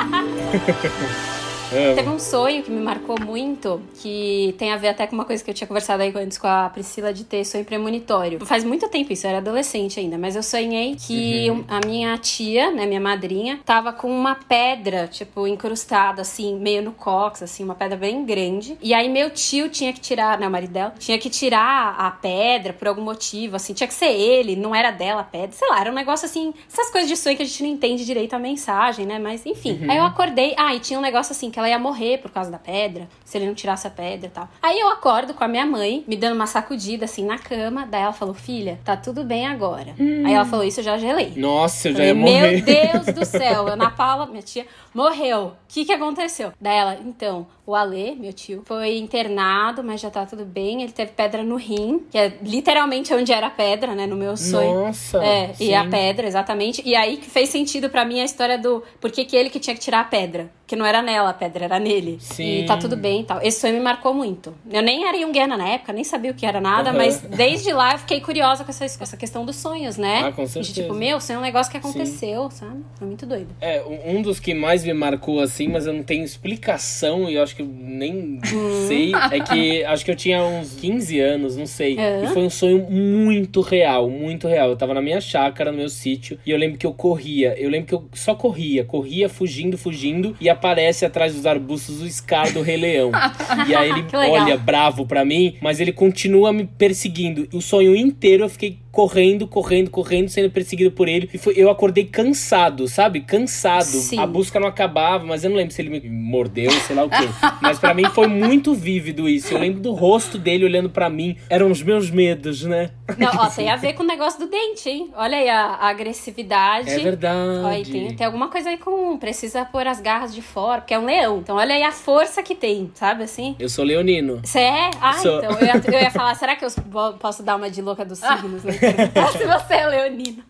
Teve um sonho que me marcou muito, que tem a ver até com uma coisa que eu tinha conversado aí antes com a Priscila, de ter sonho premonitório. Faz muito tempo isso, eu era adolescente ainda, mas eu sonhei que Uhum. a minha tia, né, minha madrinha, tava com uma pedra, tipo, incrustada, assim, meio no cóccix, assim, uma pedra bem grande. E aí meu tio tinha que tirar, né, o marido dela, tinha que tirar a pedra por algum motivo, assim, tinha que ser ele, não era dela a pedra, sei lá, era um negócio assim, essas coisas de sonho que a gente não entende direito a mensagem, né, mas enfim. Aí eu acordei, ah, e tinha um negócio assim, que ela ia morrer por causa da pedra, se ele não tirasse a pedra e tal. Aí eu acordo com a minha mãe, me dando uma sacudida assim na cama, daí ela falou, filha, tá tudo bem agora. Aí ela falou isso, eu já gelei. Nossa, eu já Falei, ia morrer. meu Deus do céu, Ana Paula, minha tia, morreu. O que que aconteceu? Daí ela, então, o Alê, meu tio, foi internado, mas já tá tudo bem. Ele teve pedra no rim, que é literalmente onde era a pedra, né, no meu sonho. Nossa, É, sim. e a pedra, exatamente. E aí que fez sentido pra mim a história do por que que ele que tinha que tirar a pedra. Que não era nela a pedra, era nele. Sim. E tá tudo bem e tal. Esse sonho me marcou muito. Eu nem era junguiana na época, nem sabia o que era nada, Aham. mas desde lá eu fiquei curiosa com essa, com essa questão dos sonhos, né? Ah, com certeza. De tipo, meu, sonho é um negócio que aconteceu, sabe? Foi muito doido. É, um um dos que mais me marcou assim, mas eu não tenho explicação e eu acho que eu nem sei, é que acho que eu tinha uns quinze anos, não sei. É. E foi um sonho muito real, muito real. Eu tava na minha chácara, no meu sítio, e eu lembro que eu corria. Eu lembro que eu só corria, corria fugindo, fugindo, e aparece atrás dos arbustos o Scar do Rei Leão. E aí ele Que legal. olha bravo pra mim, mas ele continua me perseguindo. O sonho inteiro eu fiquei correndo, correndo, correndo, sendo perseguido por ele. E foi, eu acordei cansado, sabe? Cansado. Sim. A busca não acabava, mas eu não lembro se ele me mordeu, sei lá o quê. Mas pra mim foi muito vívido isso. Eu lembro do rosto dele olhando pra mim. Eram os meus medos, né? Não, ó, tem a ver com o negócio do dente, hein? Olha aí a, a agressividade. É verdade. Ó, e tem, tem alguma coisa aí com... Precisa pôr as garras de fora, porque é um leão. Então olha aí a força que tem, sabe assim? Eu sou leonino. Você é? Ah, Sou. então. Eu ia, eu ia falar, será que eu bo- posso dar uma de louca dos signos? Né? Se você é leonino.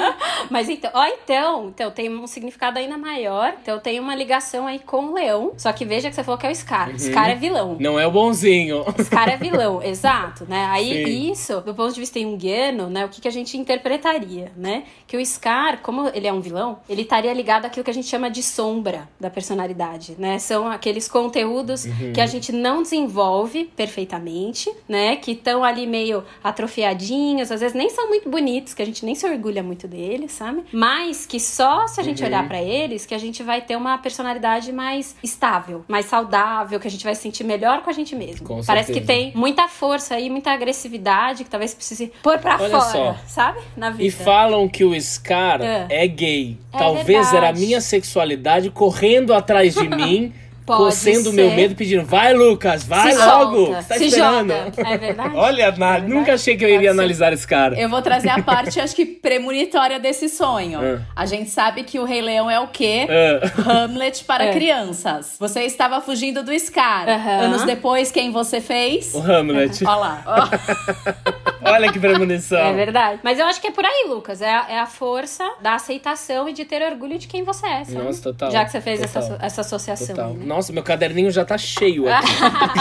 Mas então, ó, então, então, tem um significado ainda maior. Então tem uma ligação aí com o leão. Só que veja que você falou que é o Scar. Uhum. Scar é vilão. Não é o bonzinho. Scar é vilão, exato, né? Aí Sim. isso, do ponto de vista junguiano, né? O que, que a gente interpretaria, né? Que o Scar, como ele é um vilão, ele estaria ligado àquilo que a gente chama de sombra da personalidade, né? São aqueles conteúdos Uhum. que a gente não desenvolve perfeitamente, né? Que estão ali meio atrofiadinhos, às vezes nem são muito bonitos, que a gente nem se orgulha muito deles, sabe? Mas que só se a gente Uhum. olhar pra eles, que a gente vai ter uma personalidade mais estável, mais saudável, que a gente vai se sentir melhor com a gente mesmo. Com Parece certeza. que tem muita força aí, muita agressividade, que talvez precise pôr pra Olha fora, só. sabe? Na vida. E falam que o Scar É. é, gay. É Talvez verdade. era a minha sexualidade correndo atrás de mim Pode coçando o ser. meu medo, pedindo, vai, Lucas, vai Se logo, solta, você tá se esperando. joga. É verdade? Olha, na, nunca achei que eu iria analisar esse cara. Eu vou trazer a parte, acho que, premonitória desse sonho. Ah. A gente sabe que o Rei Leão é o quê? Ah. Hamlet para É. crianças. Você estava fugindo do Scar. Aham. Anos depois, quem você fez? O Hamlet. Olha lá. Ó. Olha que premonição. É verdade. Mas eu acho que é por aí, Lucas. É a, é a força da aceitação e de ter orgulho de quem você é, sabe? Nossa, total. Já que você fez Total. essa, essa associação. Total. Né? Nossa, meu caderninho já tá cheio aqui.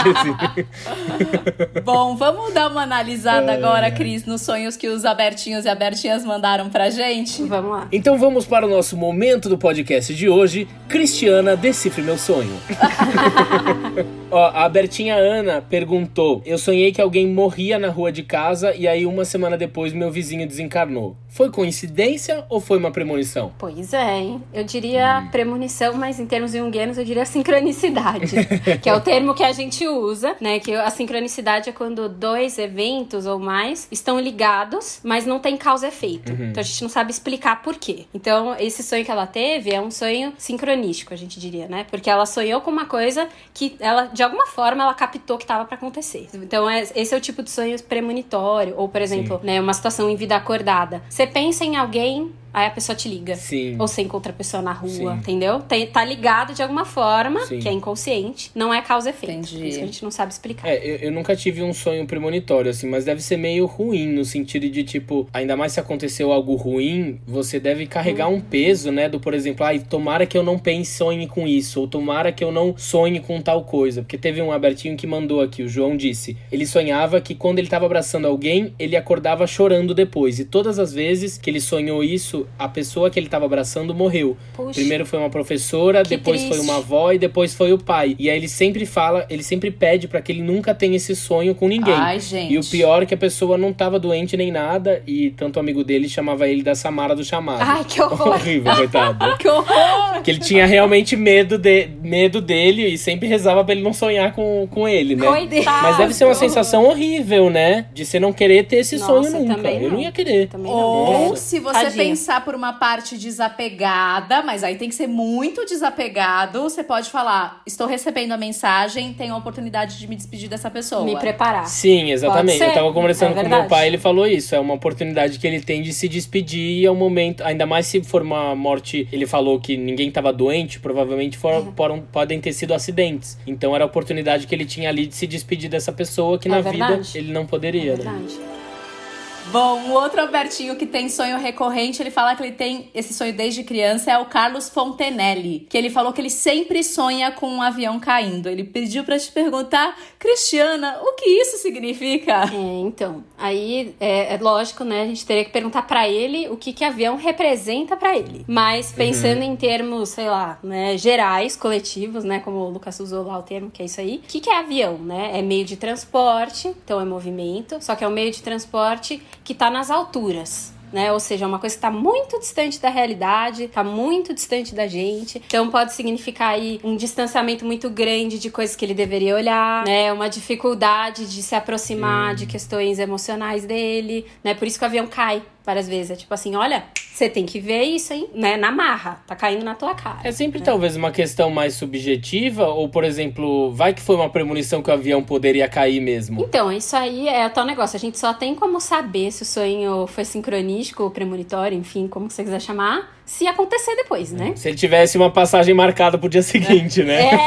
Bom, vamos dar uma analisada Ai, agora, ai. Cris, nos sonhos que os abertinhos e abertinhas mandaram pra gente. Vamos lá. Então vamos para o nosso momento do podcast de hoje. Cristiana, decifre meu sonho. Ó, a Bertinha Ana perguntou: eu sonhei que alguém morria na rua de casa e aí uma semana depois meu vizinho desencarnou. Foi coincidência ou foi uma premonição? Pois é, hein? Eu diria premonição, mas em termos junguianos eu diria sincronicidade, que é o termo que a gente usa, né? Que a sincronicidade é quando dois eventos ou mais estão ligados, mas não tem causa e efeito. Uhum. Então a gente não sabe explicar por quê. Então esse sonho que ela teve é um sonho sincronístico, a gente diria, né? Porque ela sonhou com uma coisa que ela, de alguma forma, ela captou que estava para acontecer. Então é, esse é o tipo de sonho premonitório, ou por exemplo, né, uma situação em vida acordada. Você pensa em alguém, aí a pessoa te liga. Sim. Ou você encontra a pessoa na rua, Sim. entendeu? Tem, tá ligado de alguma forma, Sim. que é inconsciente. Não é causa e efeito. Entendi. Por isso que a gente não sabe explicar. É, eu, eu nunca tive um sonho premonitório, assim, mas deve ser meio ruim, no sentido de, tipo, ainda mais se aconteceu algo ruim, você deve carregar Hum. um peso, né, do, por exemplo, ai, tomara que eu não pense, sonhe com isso, ou tomara que eu não sonhe com tal coisa, porque teve um abertinho que mandou aqui, o João disse, ele sonhava que quando ele tava abraçando alguém, ele acordava chorando depois, e todas as vezes que ele sonhou isso, a pessoa que ele tava abraçando morreu. Puxa. Primeiro foi uma professora, Que depois triste. foi uma avó e depois foi o pai. E aí ele sempre fala, ele sempre pede pra que ele nunca tenha esse sonho com ninguém. Ai, gente. E o pior é que a pessoa não tava doente nem nada, e tanto o amigo dele chamava ele da Samara do chamado. Ai, que horror. Horrível, coitado. Que horror! Que ele tinha realmente medo, de, medo dele e sempre rezava pra ele não sonhar com, com ele, né? Coitado. Mas deve ser uma sensação horrível, né? De você não querer ter esse Nossa, sonho nunca. também Eu não não. ia querer. Também não. Ou Nossa. se você Tadinha. pensar por uma parte desapegada, mas aí tem que ser muito desapegado, você pode falar, estou recebendo a mensagem, tenho a oportunidade de me despedir dessa pessoa. Me preparar. Sim, exatamente. Pode Eu ser. tava conversando É com verdade. meu pai, ele falou isso. É uma oportunidade que ele tem de se despedir e é um momento... Ainda mais se for uma morte... Ele falou que ninguém tava doente, provavelmente foram, foram, podem ter sido acidentes. Então era a oportunidade que ele tinha ali de se despedir dessa pessoa que É na verdade. vida ele não poderia, É né? verdade. Bom, um outro Albertinho que tem sonho recorrente, ele fala que ele tem esse sonho desde criança, é o Carlos Fontenelle, que ele falou que ele sempre sonha com um avião caindo. Ele pediu pra te perguntar, Cristiana, o que isso significa? É, então, aí é, é lógico, né? A gente teria que perguntar pra ele o que que avião representa pra ele. Mas pensando em termos, sei lá, né, gerais, coletivos, né? Como o Lucas usou lá o termo, que é isso aí. O que que é avião, né? É meio de transporte, então é movimento, só que é um meio de transporte que tá nas alturas. Né? Ou seja, é uma coisa que está muito distante da realidade, está muito distante da gente. Então pode significar aí um distanciamento muito grande de coisas que ele deveria olhar, né? Uma dificuldade de se aproximar de questões emocionais dele, né? Por isso que o avião cai várias vezes. É tipo assim, olha, você tem que ver isso, hein? Né? Na marra, tá caindo na tua cara. É sempre talvez uma questão mais subjetiva, ou por exemplo, vai que foi uma premonição que o avião poderia cair mesmo. Então, isso aí é o tal negócio. A gente só tem como saber se o sonho foi sincronístico ou premonitório, enfim, como você quiser chamar, se acontecer depois, né? Se ele tivesse uma passagem marcada pro dia seguinte, né? É,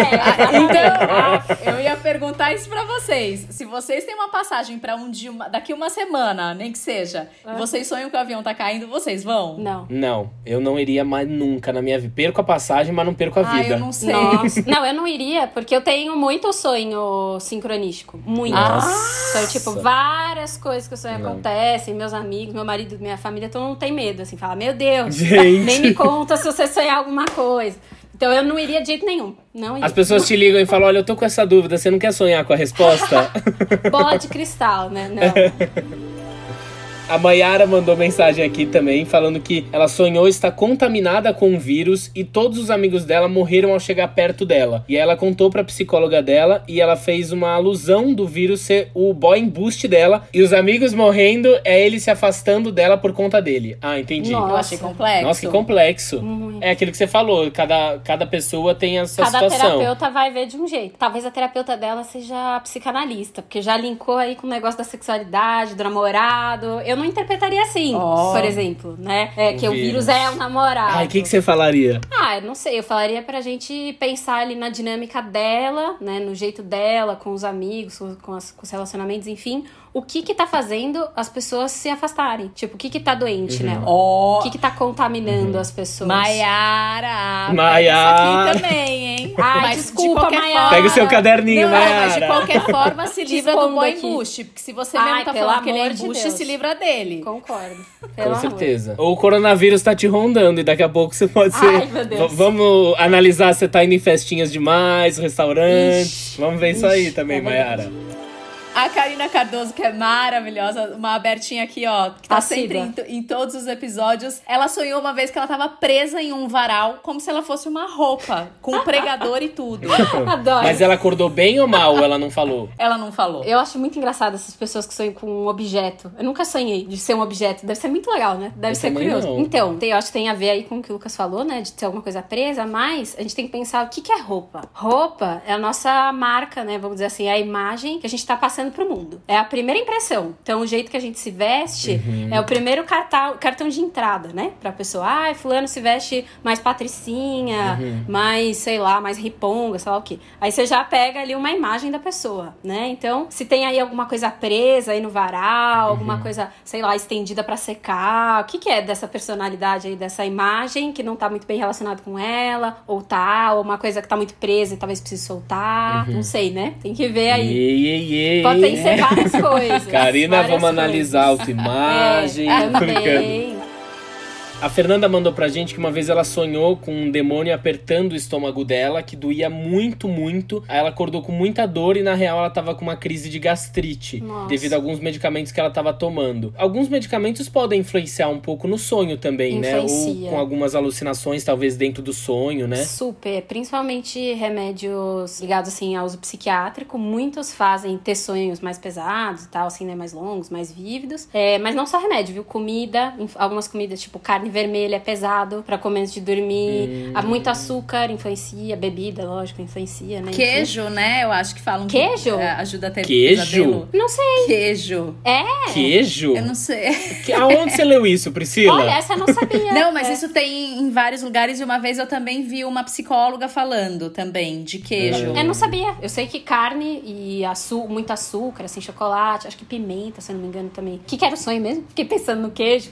Então, eu ia perguntar isso pra vocês. Se vocês têm uma passagem pra um dia, uma- daqui uma semana, nem que seja, e vocês sonham que o avião tá caindo, vocês vão? não. Não, eu não iria mais nunca na minha vida. Perco a passagem, mas não perco a Ah, vida. eu não sei. Nossa. Não, eu não iria, porque eu tenho muito sonho sincronístico. Muito. Nossa. Então, tipo, várias coisas que eu sonho Não. acontecem, meus amigos, meu marido, minha família, todo mundo tem medo, assim, fala, meu Deus, Gente. nem me conta se você sonhar alguma coisa. Então eu não iria de jeito nenhum. Não iria. As pessoas te ligam e falam, olha, eu tô com essa dúvida, você não quer sonhar com a resposta? Bola de cristal, né? Não. A Mayara mandou mensagem aqui também, falando que ela sonhou estar contaminada com um vírus e todos os amigos dela morreram ao chegar perto dela. E ela contou pra psicóloga dela e ela fez uma alusão do vírus ser o boy embuste dela. E os amigos morrendo é ele se afastando dela por conta dele. Ah, entendi. Nossa. Eu achei complexo. Nossa, que complexo. Muito. É aquilo que você falou, cada, cada pessoa tem a sua Cada situação. terapeuta vai ver de um jeito. Talvez a terapeuta dela seja psicanalista, porque já linkou aí com o negócio da sexualidade, do namorado. Eu não interpretaria assim, Oh. por exemplo, né? É, O que o vírus. vírus é o namorado. Ai, o que, que você falaria? Ah, eu não sei, eu falaria pra gente pensar ali na dinâmica dela, né, no jeito dela, com os amigos, com, as, com os relacionamentos, enfim, o que que tá fazendo as pessoas se afastarem? Tipo, o que que tá doente nela? Ó, O que que tá contaminando as pessoas? Maiara, Maiara. pega isso aqui também, hein? Ai, Mas desculpa, de qualquer Maiara. forma- Pega o seu caderninho, Não, Mayara. mas de qualquer forma se Te livra do expondo boy aqui. embuste. Porque se você Ai, mesmo tá pelo falando que ele é amor de embuste, Deus. se livra dele. Concordo. Com Pelo amor. certeza. Ou o coronavírus tá te rondando e daqui a pouco você pode ser... Ai, meu Deus. V- vamos analisar se você tá indo em festinhas demais, restaurantes. Ixi. Vamos ver isso aí Ixi, também, é verdade. Mayara. A Karina Cardoso, que é maravilhosa, uma abertinha aqui, ó, que tá Assídua. sempre em, to- em todos os episódios. Ela sonhou uma vez que ela tava presa em um varal, como se ela fosse uma roupa, com um pregador e tudo. Adoro. Mas ela acordou bem ou mal? Ela não falou? Ela não falou. Eu acho muito engraçado essas pessoas que sonham com um objeto. Eu nunca sonhei de ser um objeto. Deve ser muito legal, né? Deve Eu ser também curioso. não. Então, tem- eu acho que tem a ver aí com o que o Lucas falou, né? De ter alguma coisa presa, mas a gente tem que pensar o que, que é roupa. Roupa é a nossa marca, né? Vamos dizer assim, é a imagem que a gente tá passando pro mundo. É a primeira impressão. Então, o jeito que a gente se veste é o primeiro cartão, cartão de entrada, né? Pra pessoa, ah, fulano se veste mais patricinha, mais, sei lá, mais riponga, sei lá o quê. Aí você já pega ali uma imagem da pessoa, né? Então, se tem aí alguma coisa presa aí no varal, alguma coisa, sei lá, estendida pra secar, o que que é dessa personalidade aí, dessa imagem que não tá muito bem relacionada com ela, ou tá, ou uma coisa que tá muito presa e talvez precise soltar, não sei, né? Tem que ver aí. Ei, ei, ei. Pode ser várias coisas. Karina, várias vamos coisas. analisar a autoimagem. É, Brincando. também. A Fernanda mandou pra gente que uma vez ela sonhou com um demônio apertando o estômago dela, que doía muito, muito. Aí ela acordou com muita dor e na real ela tava com uma crise de gastrite, Nossa. devido a alguns medicamentos que ela tava tomando. Alguns medicamentos podem influenciar um pouco no sonho também, né? Ou Influencia. com algumas alucinações, talvez dentro do sonho, né? Super, principalmente remédios ligados assim ao uso psiquiátrico, muitos fazem ter sonhos mais pesados e tal, assim, né, mais longos, mais vívidos, é, mas não só remédio, viu, comida, inf- algumas comidas tipo carne vermelha é pesado pra comer antes de dormir, há muito açúcar influencia, bebida, lógico, influencia, né, enfim. Queijo, né? Eu acho que falam Queijo? que é, ajuda a ter Queijo? pesadelo. Não sei, Queijo. é, Queijo? Eu não sei. Que- Aonde você leu isso, Priscila? olha, essa eu não sabia. Não, mas É. isso tem em vários lugares e uma vez eu também vi uma psicóloga falando também de queijo. Eu não sabia. Eu sei que carne e açu muito açúcar, assim, chocolate, acho que pimenta, se eu não me engano também. O que, que era o sonho mesmo? Fiquei pensando no queijo.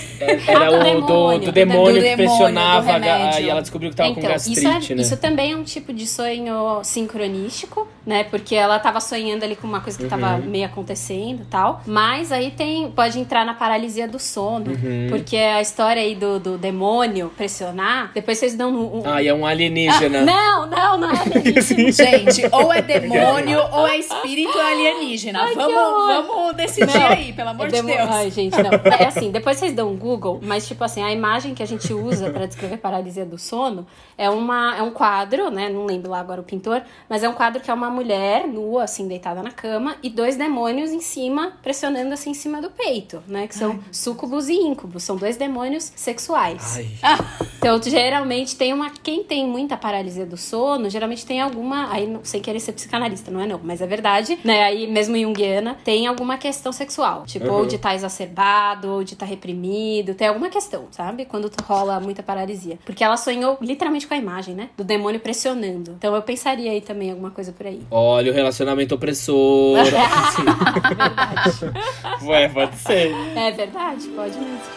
Era Ah, do o do, demônio, do do demônio do que demônio, pressionava do a ga- remédio. e ela descobriu que tava Então, com gastrite, isso, é, né? isso também é um tipo de sonho sincronístico, né? Porque ela tava sonhando ali com uma coisa que tava Uhum. meio acontecendo e tal. Mas aí tem, pode entrar na paralisia do sono. Uhum. Porque a história aí do, do demônio pressionar, depois vocês dão um. um- Ah, e é um alienígena. Não, não, não é alienígena. Gente, ou é demônio ou é espírito alienígena. Ai, que vamos, horror. vamos decidir Não, aí, pelo amor é de demo- Deus. Ai, gente, não. É assim, depois vocês dão um Google, mas tipo assim, a imagem que a gente usa pra descrever paralisia do sono é, uma, é um quadro, né? Não lembro lá agora o pintor, mas é um quadro que é uma mulher nua, assim, deitada na cama, e dois demônios em cima, pressionando assim em cima do peito, né? Que são súcubos e íncubos, são dois demônios sexuais. Ai. Então, geralmente tem uma. Quem tem muita paralisia do sono, geralmente tem alguma. Aí, não, sem querer ser psicanalista, não é não, mas é verdade, né? Aí, mesmo junguiana, tem alguma questão sexual. Tipo, Uhum. ou de estar exacerbado, ou de estar reprimido. Tem alguma questão, sabe? Quando rola muita paralisia. Porque ela sonhou literalmente com a imagem, né? Do demônio pressionando. Então, eu pensaria aí também alguma coisa por aí. Olha o relacionamento opressor. Verdade. Ué, pode ser. É verdade, pode mesmo.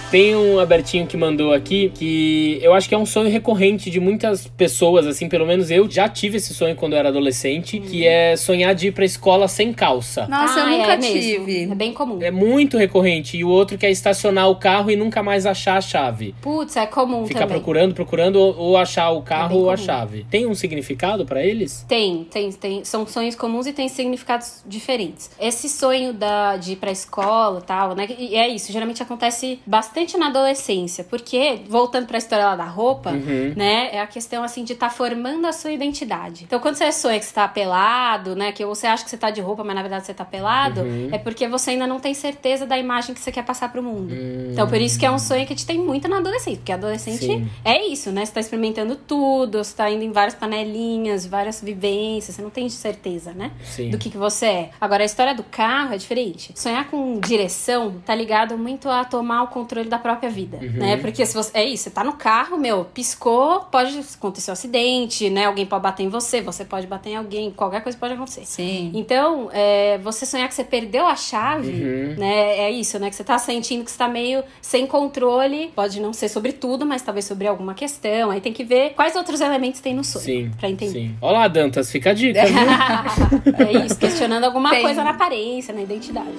Tem um Abertinho que mandou aqui, que eu acho que é um sonho recorrente de muitas pessoas, assim, pelo menos eu já tive esse sonho quando eu era adolescente, que é sonhar de ir pra escola sem calça. Nossa, Ah, eu nunca é mesmo. tive. É bem comum. É muito recorrente. E o outro que é estacionar o carro e nunca mais achar a chave. Putz, é comum Ficar também. procurando, procurando, ou, ou achar o É carro bem ou a comum. chave. Tem um significado pra eles? Tem, tem, tem. São sonhos comuns e tem significados diferentes. Esse sonho da, de ir pra escola e tal, né? E é isso, geralmente acontece bastante na adolescência. Porque, voltando pra história lá da roupa, Uhum. né? É a questão, assim, de estar tá formando a sua identidade. Então, quando você sonha que você tá pelado, né? Que você acha que você tá de roupa, mas na verdade você tá pelado, Uhum. é porque você ainda não tem certeza da imagem que você quer passar pro mundo. Hum. Então, por isso que é um sonho que te tem muito na adolescência. Porque adolescente Sim. é isso, né? Você tá experimentando tudo, você tá indo em várias panelinhas, várias vivências, você não tem certeza, né? Sim. Do que, que você é. Agora, a história do carro é diferente. Sonhar com direção tá ligado muito a tomar o controle da própria vida, Uhum. né? Porque se você... É isso, você tá no carro, meu, piscou, pode acontecer um acidente, né? Alguém pode bater em você, você pode bater em alguém, qualquer coisa pode acontecer. Sim. Então, é, você sonhar que você perdeu a chave, Uhum. né? É isso, né? Que você tá sentindo que você tá meio sem controle. Pode não ser sobre tudo, mas talvez sobre alguma questão. Aí tem que ver quais outros elementos tem no sonho. Sim, Pra entender. sim. Olá, Dantas, fica a dica, viu? É isso, questionando alguma Tem. coisa na aparência, na identidade.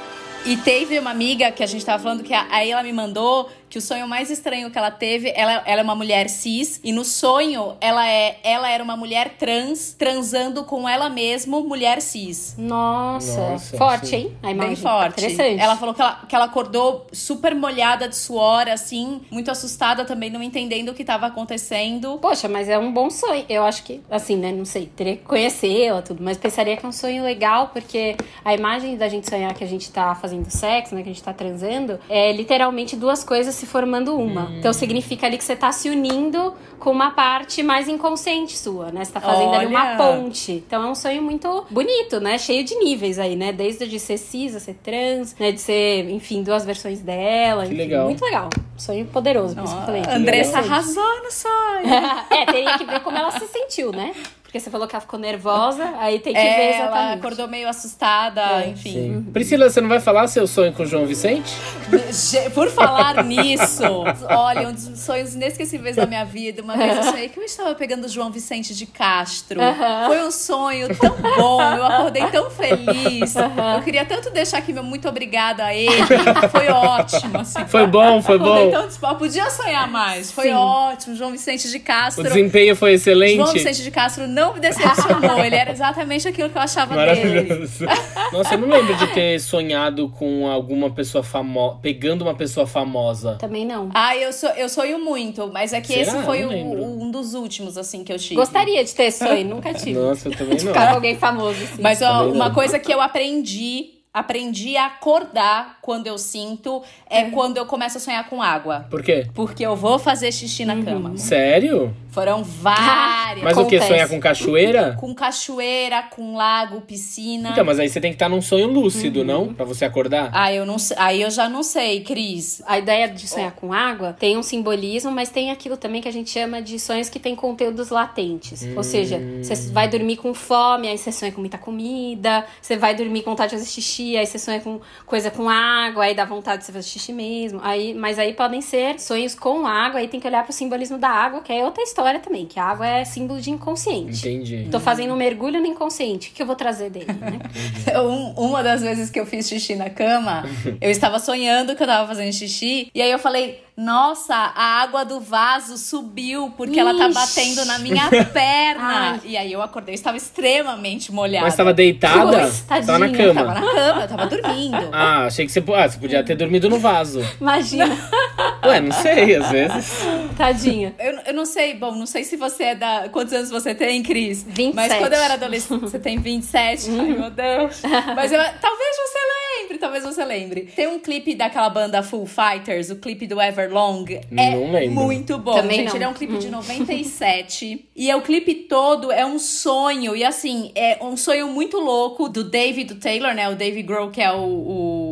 E teve uma amiga que a gente tava falando que a- aí ela me mandou que o sonho mais estranho que ela teve, ela, ela é uma mulher cis, e no sonho ela, é, ela era uma mulher trans transando com ela mesma, mulher cis. Nossa, Nossa, forte, sim. hein? A imagem. Bem forte. Interessante. Ela falou que ela, que ela acordou super molhada de suor, assim, muito assustada também, não entendendo o que tava acontecendo. Poxa, mas é um bom sonho. Eu acho que, assim, né? Não sei, teria que conhecê-la, tudo. Mas pensaria que é um sonho legal, porque a imagem da gente sonhar que a gente tá fazendo sexo, né? Que a gente tá transando, é literalmente duas coisas se formando uma. Então significa ali que você tá se unindo com uma parte mais inconsciente sua, né? Você tá fazendo ali uma Olha. ponte. Então é um sonho muito bonito, né? Cheio de níveis aí, né? Desde de ser cis, a ser trans, né? De ser, enfim, duas versões dela. Que enfim, legal. Muito legal. Sonho poderoso, por isso que eu falei. Andressa legal. arrasou no sonho. É, teria que ver como ela se sentiu, né? Porque você falou que ela ficou nervosa, aí tem que ver É, exatamente. ela acordou meio assustada, É, enfim. Sim. Priscila, você não vai falar seu sonho com o João Vicente? Ge- Por falar nisso, olha, um dos sonhos inesquecíveis da minha vida. Uma vez eu sonhei que eu estava pegando o João Vicente de Castro. Aham. Foi um sonho tão bom, eu acordei tão feliz. Eu queria tanto deixar aqui meu muito obrigada a ele. Foi ótimo, assim. Foi bom, foi Acordei bom. tão disposta. Podia sonhar mais. Foi Sim. ótimo. João Vicente de O Castro. desempenho foi excelente. João Vicente de Castro não me decepcionou. Ele era exatamente aquilo que eu achava dele. Maravilhoso. Nossa, eu não lembro de ter sonhado com alguma pessoa famosa, pegando uma pessoa famosa. Também não. Ah, eu, sou, eu sonho muito, mas é que Será? esse foi Não o- lembro. um dos últimos, assim, que eu tive. Gostaria de ter sonho, nunca tive. Nossa, eu também Ficar com não. alguém famoso, assim. Mas ó, Também uma não. coisa que eu aprendi, aprendi a acordar quando eu sinto, é quando eu começo a sonhar com água. Por quê? Porque eu vou fazer xixi na cama. Sério? Foram várias. Mas o que? Acontece. Sonhar com cachoeira? Com cachoeira, com lago, piscina. Então, mas aí você tem que estar num sonho lúcido, não? Pra você acordar? Ah, eu não sei. Aí eu já não sei, Cris. A ideia de sonhar com água tem um simbolismo, mas tem aquilo também que a gente chama de sonhos que tem conteúdos latentes. Ou seja, você vai dormir com fome, aí você sonha com muita comida. Você vai dormir com vontade de fazer xixi, aí você sonha com coisa com água, aí dá vontade de você fazer xixi mesmo. Aí, mas aí podem ser sonhos com água, aí tem que olhar pro simbolismo da água, que é outra história também, que a água é símbolo de inconsciente. Entendi. Tô fazendo um mergulho no inconsciente. O que eu vou trazer dele, né? Um- uma das vezes que eu fiz xixi na cama, eu estava sonhando que eu tava fazendo xixi. E aí eu falei, nossa, a água do vaso subiu porque ela tá Ixi. batendo na minha perna. Ai. E aí eu acordei, estava extremamente molhada. Mas tava deitada? Putz, tadinha. Tava na Eu cama. tava na cama, eu tava dormindo. Ah, achei que você, ah, você podia ter dormido no vaso. Imagina, Ué, não sei, às vezes. tadinha. Eu, eu não sei, bom, não sei se você é da... Quantos anos você tem, Cris? vinte e Mas sete. quando eu era adolescente... Você tem vinte e sete? Ai, meu Deus. Mas eu, talvez você lembre, talvez você lembre. Tem um clipe daquela banda Foo Fighters, o clipe do Everlong. É Não lembro. muito bom, Também gente. não. Ele é um clipe de noventa e sete. E é o clipe todo é um sonho. E assim, é um sonho muito louco do David Taylor, né? O Dave Grohl, que é o,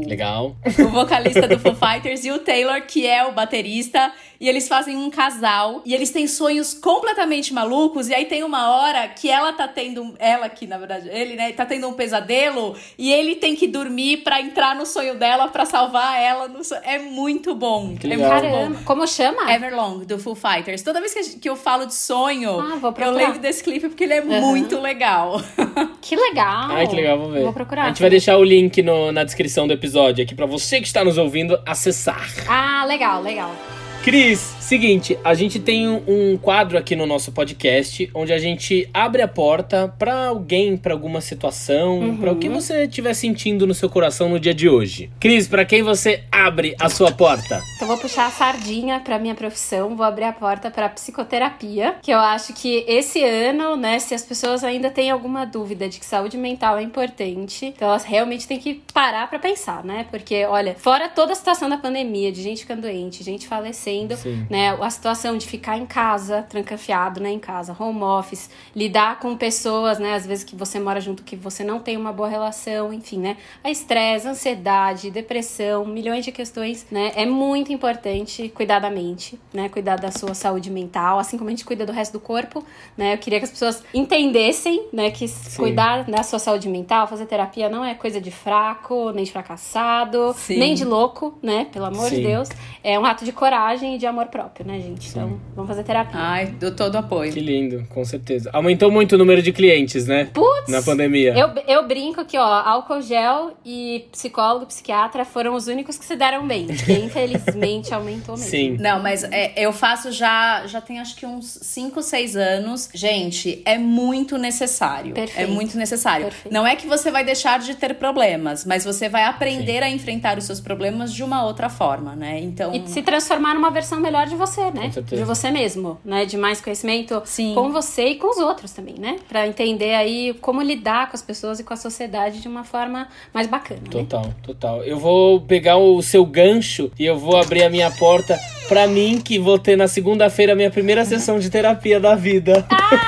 Legal. o vocalista do Foo Fighters, e o Taylor, que é o baterista. E eles fazem um casal. E eles têm sonhos completamente malucos. E aí tem uma hora que ela tá tendo... Ela que, na verdade, ele, né? Tá tendo um pesadelo. E ele tem que dormir pra entrar no sonho dela, pra salvar ela no sonho. É muito bom. Que é legal. muito Caramba, bom. como chama? Everlong, do Foo Fighters. Toda vez que, a gente- que eu falo de sonho, Ah, vou eu procurar. lembro desse clipe porque ele é Uhum. muito legal. Que legal. Ai, que legal, vou ver. Vou procurar. A gente vai deixar o link no- na descrição do episódio aqui pra você que está nos ouvindo acessar. Ah, legal, legal. Cris, seguinte, a gente tem um, um quadro aqui no nosso podcast onde a gente abre a porta pra alguém, pra alguma situação, Uhum. pra o que você estiver sentindo no seu coração no dia de hoje. Cris, pra quem você abre a sua porta? Então vou puxar a sardinha pra minha profissão, vou abrir a porta pra psicoterapia, que eu acho que esse ano, né, se as pessoas ainda têm alguma dúvida de que saúde mental é importante, então elas realmente têm que parar pra pensar, né? Porque, olha, fora toda a situação da pandemia, de gente ficando doente, gente falecendo, Sim. né, a situação de ficar em casa, trancafiado, né, em casa, home office, lidar com pessoas, né, às vezes que você mora junto, que você não tem uma boa relação, enfim, né, a estresse, ansiedade, depressão, milhões de questões, né, é muito importante cuidar da mente, né, cuidar da sua saúde mental, assim como a gente cuida do resto do corpo, né, eu queria que as pessoas entendessem, né, que cuidar da sua saúde mental, fazer terapia não é coisa de fraco, nem de fracassado, Sim. nem de louco, né, pelo amor Sim. de Deus, é um ato de coragem e de amor próprio, né, gente? Então, vamos fazer terapia. Ai, dou todo apoio. Que lindo, com certeza. Aumentou muito o número de clientes, né? Putz! Na pandemia. Eu, eu brinco que, ó, álcool gel e psicólogo, psiquiatra foram os únicos que se deram bem. Porque, infelizmente, aumentou mesmo. Sim. Não, mas é, eu faço já, já tem acho que uns cinco, seis anos. Gente, é muito necessário. Perfeito. É muito necessário. Perfeito. Não é que você vai deixar de ter problemas, mas você vai aprender a enfrentar os seus problemas de uma outra forma, né? Então... E se transformar numa versão melhor de você, né? Com certeza. De você mesmo, né? De mais conhecimento Sim. com você e com os outros também, né? Pra entender aí como lidar com as pessoas e com a sociedade de uma forma mais bacana, né? Total, total. Eu vou pegar o seu gancho e eu vou abrir a minha porta pra mim, que vou ter na segunda-feira a minha primeira sessão de terapia da vida.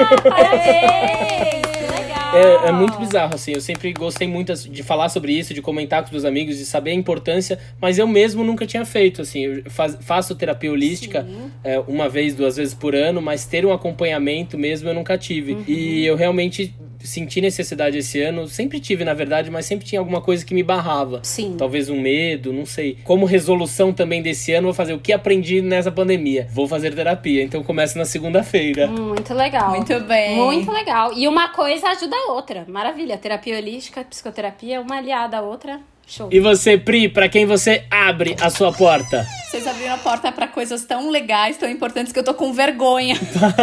Parabéns! Que legal! É, é muito bizarro, assim. Eu sempre gostei muito de falar sobre isso, de comentar com os meus amigos, de saber a importância, mas eu mesmo nunca tinha feito, assim. Eu faz, faço terapia holística é, uma vez, duas vezes por ano, mas ter um acompanhamento mesmo eu nunca tive. Uhum. E eu realmente senti necessidade esse ano, sempre tive, na verdade, mas sempre tinha alguma coisa que me barrava. Sim. Talvez um medo, não sei. Como resolução também desse ano, vou fazer o que aprendi nessa pandemia. Vou fazer terapia, então começo na segunda-feira. Muito legal. Muito bem. Muito legal. E uma coisa ajuda a outra. Maravilha. Terapia holística, psicoterapia, uma aliada à outra. Show. E você, Pri, pra quem você abre a sua porta? Vocês abriram a porta pra coisas tão legais, tão importantes, que eu tô com vergonha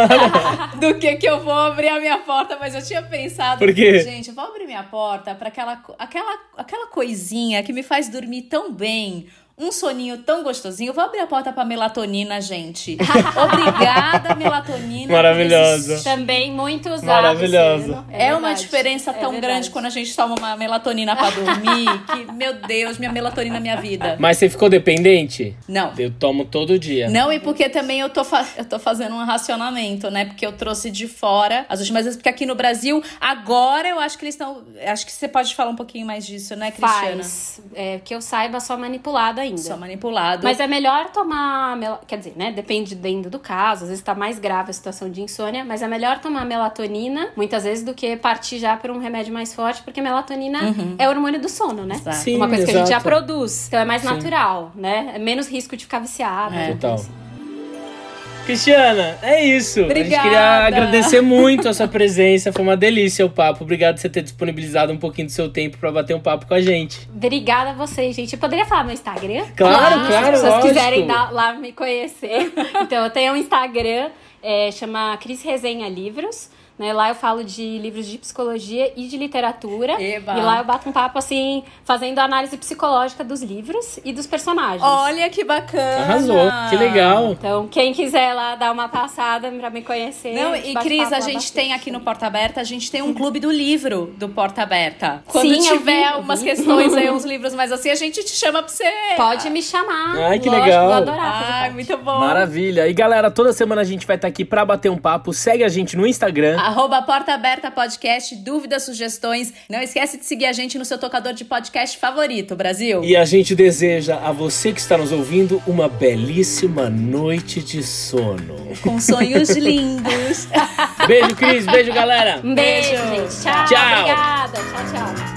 do que que eu vou abrir a minha porta. Mas eu tinha pensado... Por quê? Gente, eu vou abrir minha porta pra aquela, co- aquela, aquela coisinha que me faz dormir tão bem. Um soninho tão gostosinho. Eu vou abrir a porta pra melatonina, gente. Obrigada, melatonina. Maravilhosa. Também muito usado. Maravilhosa. esse ano. É, uma verdade. diferença É tão verdade. grande quando a gente toma uma melatonina pra dormir. Que, meu Deus, minha melatonina é minha vida. Mas você ficou dependente? Não. Eu tomo todo dia. Não, e porque também eu tô, fa- eu tô fazendo um racionamento, né? Porque eu trouxe de fora as últimas vezes, porque aqui no Brasil, agora eu acho que eles estão. Acho que você pode falar um pouquinho mais disso, né, Cristiana? Faz. É, que eu saiba, só manipulado ainda. Só manipulado. Mas é melhor tomar... mel- Quer dizer, né? Depende dentro do caso. Às vezes tá mais grave a situação de insônia. Mas é melhor tomar melatonina, muitas vezes, do que partir já por um remédio mais forte. Porque melatonina é o hormônio do sono, né? Exato. Sim, Uma coisa que a gente já exato. produz. Então é mais Sim. natural, né? É menos risco de ficar viciado. É. Total. Assim. Cristiana, é isso. A gente Obrigada. queria agradecer muito a sua presença. Foi uma delícia o papo. Obrigado por você ter disponibilizado um pouquinho do seu tempo pra bater um papo com a gente. Obrigada a vocês, gente. Eu poderia falar meu Instagram? Claro, claro, Se as pessoas lógico. quiserem dar, lá me conhecer. Então, eu tenho um Instagram, é, chama Cris Resenha Livros. Né? Lá eu falo de livros de psicologia e de literatura. Eba. E lá eu bato um papo, assim, fazendo análise psicológica dos livros e dos personagens. Olha que bacana. Arrasou. Que legal. Então, quem quiser lá dar uma passada pra me conhecer... Não, a gente e bate Cris, papo a lá gente bastante. tem aqui no Porta Aberta, a gente tem um clube do livro do Porta Aberta. Quando Sim, eu tiver vi, eu umas vi. questões aí, uns livros mais assim, a gente te chama pra você. Pode me chamar. Ai, que Lógico, legal. vou adorar fazer Ai, parte. muito bom. Maravilha. E galera, toda semana a gente vai estar aqui pra bater um papo. Segue a gente no Instagram. Arroba Porta Aberta Podcast, dúvidas, sugestões. Não esquece de seguir a gente no seu tocador de podcast favorito, Brasil. E a gente deseja a você que está nos ouvindo uma belíssima noite de sono. Com sonhos lindos. Beijo, Cris. Beijo, galera. Um beijo, gente. Tchau. Tchau. Obrigada. Tchau, tchau.